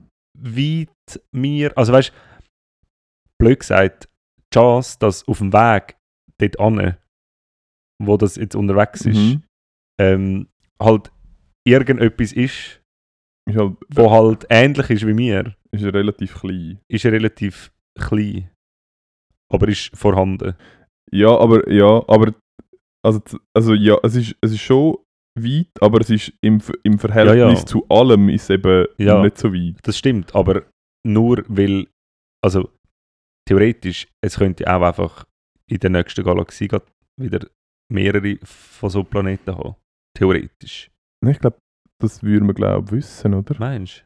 weit wir, also weißt du, blöd gesagt, die Chance, dass auf dem Weg dort an, wo das jetzt unterwegs ist, Mhm. ähm, halt irgendetwas ist, Ist halt wo halt ähnlich ist wie mir, ist relativ klein. ist relativ klein, aber ist vorhanden. Ja, aber ja, aber also, z- also ja, es ist, es ist schon weit, aber es ist im, Ver- im Verhältnis Ja, ja. zu allem ist es eben Ja. nicht so weit. Das stimmt, aber nur weil, also theoretisch, es könnte auch einfach in der nächsten Galaxie grad wieder mehrere von so Planeten haben. Theoretisch. Ich glaube, das würden wir glaube wissen, oder? Meinst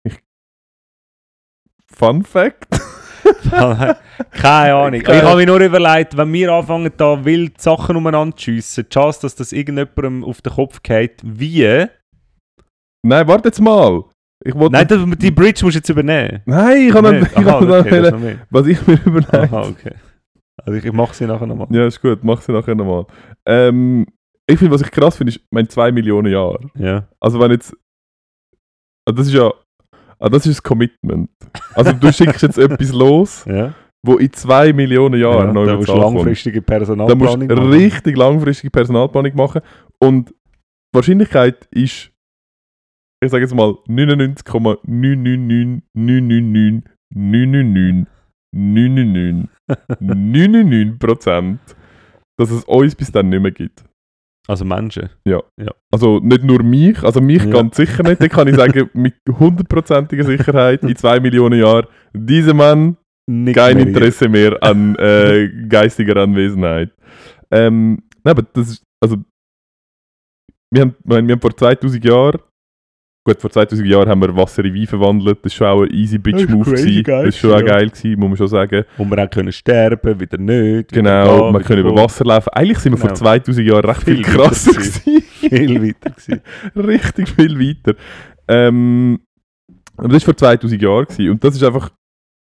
Fun Fact. du? Keine Ahnung. Keine- Ich habe mir nur überlegt, wenn wir anfangen, da wild Sachen umeinander zu schiessen, die Chance, dass das irgendjemandem auf den Kopf geht, wie? Nein, warte jetzt mal. Ich wollte Nein, das, die Bridge musst du jetzt übernehmen. Nein, ich habe Nicht? nicht, ich Aha, habe noch okay, das ist wollen- noch mehr. was ich mir überlegt. Aha, okay. Also ich, ich mache sie nachher nochmal. Ja, ist gut, mach sie nachher nochmal. Ähm, ich finde, was ich krass finde, ist, mein zwei Millionen Jahre. Ja. Also wenn jetzt, ah, das ist ja, ah, das ist ein Commitment. Also du schickst jetzt etwas los, Ja. wo in zwei Millionen Jahren ja noch da über musst die du Zahl kommt. langfristige Da musst Personalplanung du machen. richtig langfristige Personalplanung machen und die Wahrscheinlichkeit ist, ich sage jetzt mal neunundneunzig Komma neun neun neun neun neun neun neun neun neun neun neun neun neun neun Prozent, dass es uns bis dann nicht mehr gibt. Also Menschen. Also nicht nur mich, also mich Ja. ganz sicher nicht. Da kann ich sagen, mit hundertprozentiger Sicherheit in zwei Millionen Jahren, dieser Mann, Nicht kein mehr Interesse mehr an äh, geistiger Anwesenheit. Ähm, nein, aber das ist, also, wir haben, wir haben wir haben vor zweitausend Jahren, gut, vor zweitausend Jahren haben wir Wasser in Wein verwandelt, das war schon auch ein easy bitch Das ist Move crazy gewesen. geil Das war schon auch gewesen, ja. geil gewesen, muss man schon sagen. Wo wir auch können sterben, wieder nicht. Genau, wieder da, man wieder kann über da. Wasser laufen. Eigentlich sind wir vor Genau. zweitausend Jahren recht viel, Viel krasser weiter gewesen. Viel weiter gewesen. Richtig viel weiter. Ähm, aber das war vor zweitausend Jahren gewesen. Und das ist einfach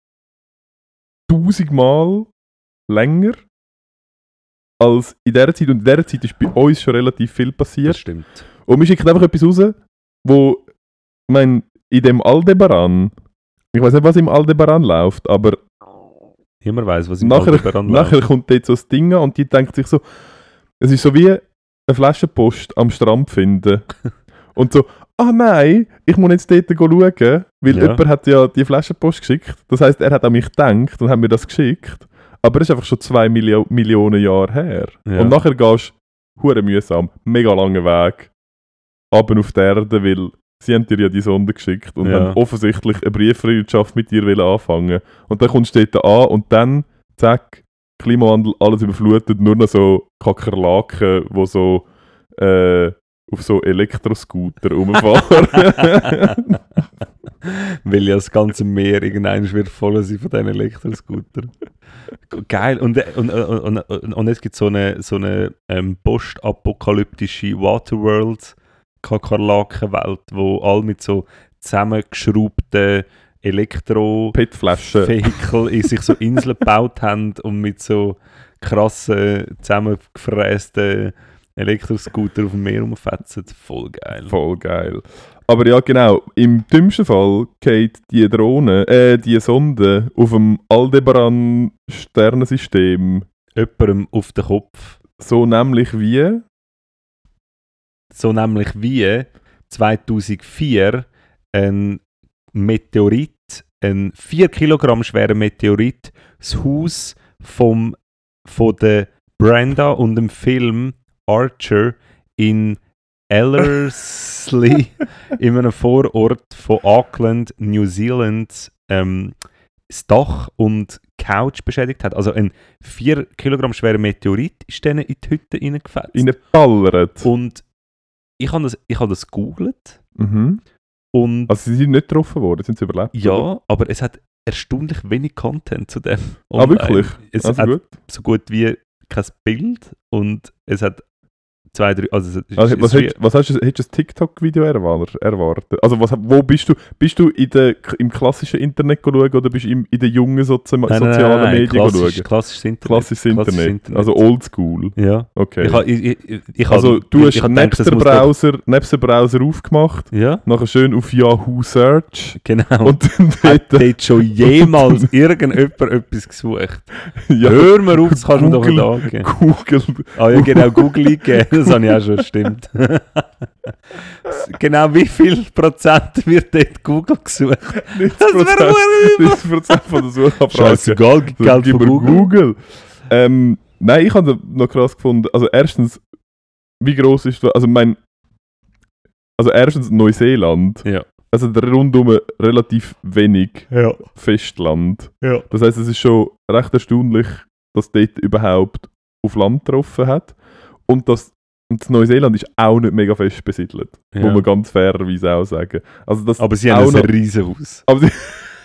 tausendmal länger als in dieser Zeit. Und in dieser Zeit ist bei uns schon relativ viel Das passiert. stimmt. Und wir schicken einfach etwas raus, wo, ich meine, in dem Aldebaran, ich weiß nicht, was im Aldebaran läuft, aber Niemand weiß, was im nachher, Aldebaran nachher läuft. kommt dort so das Ding an und die denkt sich so, es ist so wie eine Flaschenpost am Strand finden. Und so, ah nein, ich muss jetzt dort schauen, weil Ja. jemand hat ja die Flaschenpost geschickt. Das heisst, er hat an mich gedacht und hat mir das geschickt. Aber das ist einfach schon zwei Millio- Millionen Jahre her. Ja. Und nachher gehst du hure mühsam, mega langen Weg runter auf die Erde, weil sie haben dir ja die Sonde geschickt und Ja. haben offensichtlich eine Brieffreundschaft mit dir wollen anfangen. Und dann kommst du dort an und dann, zack, Klimawandel, alles überflutet, nur noch so Kakerlaken, die so äh, auf so Elektroscooter rumfahren. Weil ja das ganze Meer irgendwann wird voll sein von diesen Elektroscootern. Geil. Und, und, und, und, und es gibt so eine, so eine ähm, postapokalyptische Waterworld Kakerlakenwelt, wo all mit so zusammengeschraubten Elektro- P E T-Flaschen. Vehikel in sich so Inseln gebaut haben und mit so krassen, zusammengefrästen Elektroscooter auf dem Meer rumfetzen. Voll geil. Voll geil. Aber ja, genau. Im dümmsten Fall geht die Drohne, äh, die Sonde auf dem Aldebaran-Sternensystem Jemandem auf den Kopf. so nämlich wie... So nämlich wie zweitausendvier ein Meteorit, ein vier Kilogramm schwerer Meteorit, das Haus vom, von der Brenda und dem Film Archer in Ellerslie, in einem Vorort von Auckland, New Zealand, ähm, das Dach und die Couch beschädigt hat. Also ein vier Kilogramm schwerer Meteorit ist denen in die Hütte reingefetzt. Reingeballert. Und ich habe das, ich hab das gegoogelt. Mhm. Und Also sie sind nicht getroffen worden, sind sie überlebt? ja, oder? aber es hat erstaunlich wenig Content zu dem. Ah, online. wirklich? Es Also hat gut. so gut wie kein Bild und es hat zwei, drei... Also, es, Also, es, was, es, hättest, was hast du, hättest du ein TikTok-Video erwar- erwartet? Also was, wo bist du? Bist du in der, im klassischen Internet schauen oder bist du im, in den jungen Sozi- nein, nein, sozialen nein, nein, Medien klassisch, schauen? klassisches Internet. Klassisches Internet. Klassisches Internet. Also oldschool. Ja. Okay. Ich, ha- ich, ich, ich, also hab- du ich, hast ich hab nebst gedacht, das der muss doch- Browser, nebst der Browser aufgemacht, Ja, nachher schön auf Yahoo Search genau. und dann Hat dort, dort schon jemals irgendjemand etwas gesucht? ja, Hör mir auf, das kannst du mir doch nicht Google- angeben. Google. Ah ja, genau, Google eingegeben, das habe ich auch schon, stimmt. Genau wie viel Prozent wird dort Google gesucht? neunzig Das wäre neunzig Prozent von der Suchanfragen. Scheißegal, So, Geld gib von mir Google. Google. Ähm, nein, ich habe noch krass gefunden. Also erstens, wie groß ist also mein also erstens Neuseeland. Ja. Also rundum relativ wenig Ja. Festland. Ja. Das heisst, es ist schon recht erstaunlich, dass dort überhaupt auf Land getroffen hat. Und das, und das Neuseeland ist auch nicht mega fest besiedelt. Ja. Muss man ganz fairerweise auch sagen. Also das Aber sie auch haben ein noch- Risenhaus. Aber sie,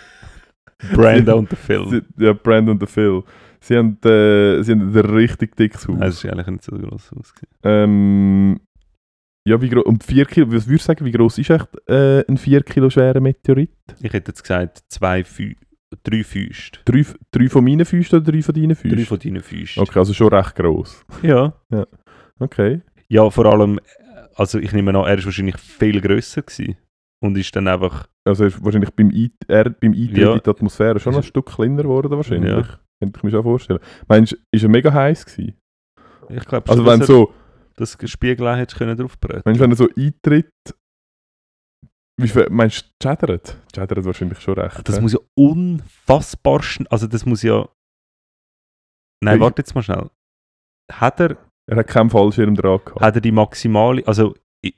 Brenda und der Phil. sie, ja, Brandon und der Phil. Sie haben, äh, sie haben ein richtig dickes Haus. Nein, das war eigentlich nicht so gross Haus. Ähm, ja, wie groß? Und vier Kilo, was würdest du sagen, wie groß ist echt äh, ein vier Kilo schwerer Meteorit? Ich hätte jetzt gesagt, zwei Fü drei Füße. Drei, drei von meinen Füßen oder drei von deinen Füßen? Drei von deinen Füßen. Okay, also schon recht gross. Ja. Okay. Ja, vor allem, also ich nehme an, er war wahrscheinlich viel grösser gewesen. Und ist dann einfach... Also er ist wahrscheinlich beim, Ein- er, beim Eintritt Ja. in die Atmosphäre schon ein Ist- Stück kleiner geworden wahrscheinlich. Ja. Könnte ich mir schon vorstellen. Meinst du, ist er mega heiß gewesen? Ich glaube Also schon, wenn dass so, er das Spiegelei hättest können draufbrechen. meinst du, wenn er so eintritt, wie viel, meinst du, chattert? Chattert wahrscheinlich schon recht. Das hä? muss ja unfassbar schnell... Also das muss ja... Nein, Ich- warte jetzt mal schnell. Hat er, Er hat keinen Fallschirm dran gehabt. hat er die maximale... Also... i-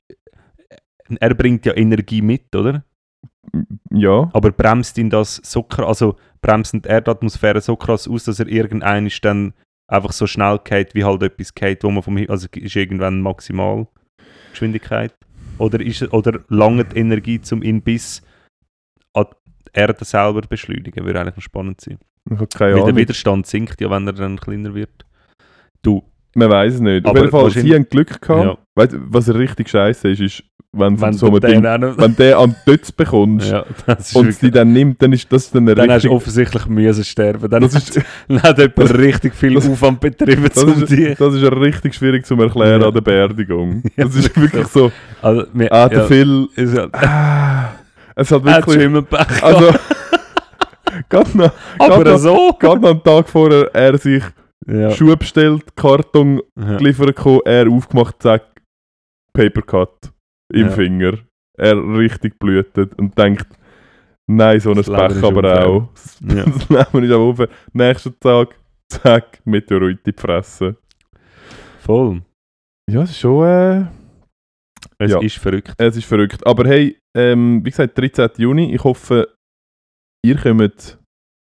Er bringt ja Energie mit, oder? Ja. Aber bremst ihn das so krass... Also bremst ihn die Erdatmosphäre so krass aus, dass er irgendein ist dann einfach so schnell geht, wie halt etwas geht, wo man vom Himmel... Also ist irgendwann Maximalgeschwindigkeit? Oder, ist, oder langt die Energie, um ihn bis an die Erde selber zu beschleunigen? Würde eigentlich noch spannend sein. Ich habe keine Weil der Ahnung. Widerstand sinkt ja, wenn er dann kleiner wird. Du, Man weiß es nicht. Auf Aber jeden Fall, wahrscheinlich- sie haben Glück gehabt. Ja. Weißt du, was richtig scheiße ist, ist, wenn, wenn du so du ein den Ding, auch noch- wenn der an die Tötz bekommst ja, das ist und sie wirklich, dann nimmt, dann ist das dann eine dann hast du richtig... offensichtlich müssen sterben. Dann Das hat, ist, dann hat jemand das- richtig viel das- Aufwand betrieben, das, um ist, die... das ist ja richtig schwierig zu erklären Ja. an der Beerdigung. Ja, Das ist wirklich wirklich so, Also, wir, ah, der ja, Phil... ist ja, Ah, es hat er hat schon wirklich... immer Pech Also, gehabt. gerade noch, Aber gerade noch, so... gerade noch am Tag vorher, er sich Ja. Schuhe bestellt, Karton Ja. geliefert bekommen, er aufgemacht, zack, Papercut im Ja. Finger. Er richtig blutet und denkt, nein, so ein Das Leben Pech ist aber unfair. auch. Ja. Das Leben ist auch auf. Nächsten Tag, zack, Meteorit in die Fresse. Voll. Ja, es ist schon, äh, Es Ja. ist verrückt. es ist verrückt. Aber hey, ähm, wie gesagt, dreizehnten Juni, ich hoffe, ihr kommt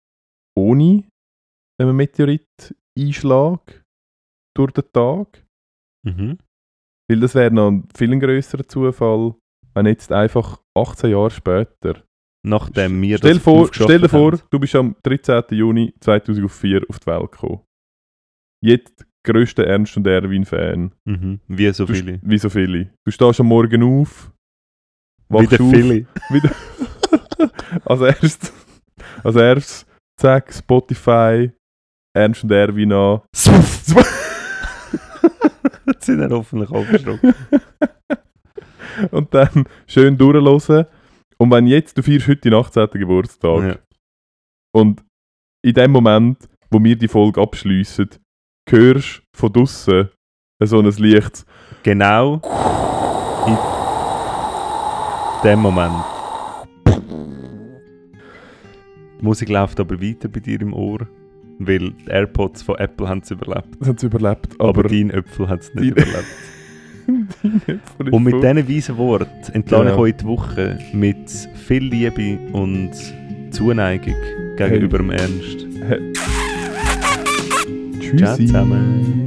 ohne einen Meteorit-Einschlag durch den Tag. Mhm. Weil das wäre noch ein viel grösserer Zufall, wenn jetzt einfach achtzehn Jahre später. Nachdem wir Stell, das vor, aufgeschafft stell dir vor, haben. du bist am dreizehnten Juni zweitausendvier auf die Welt gekommen. Jetzt grösster Ernst und Erwin-Fan. Mhm. Wie so Du st- viele. Wie so viele. Du stehst am Morgen auf. Wie der auf, Philly. Wie der als erstes, als erstes, zack, Spotify, Ernst und Erwin an. Suff! Jetzt sind wir hoffentlich aufgeschrocken. Und dann schön durchhören. Und wenn jetzt, du feierst heute den achtzehnten Geburtstag. Ja. Und in dem Moment, wo wir die Folge abschliessen, hörst du von draussen so ein Licht. Genau in dem Moment. Die Musik läuft aber weiter bei dir im Ohr, weil die AirPods von Apple haben es überlebt. Das hat es überlebt. Aber, Aber, aber dein Äpfel hat es nicht dein- überlebt. Und mit diesen weisen Worten entlasse Genau. ich euch die Woche mit viel Liebe und Zuneigung gegenüber dem Ernst. Ciao Tschüssi. zusammen.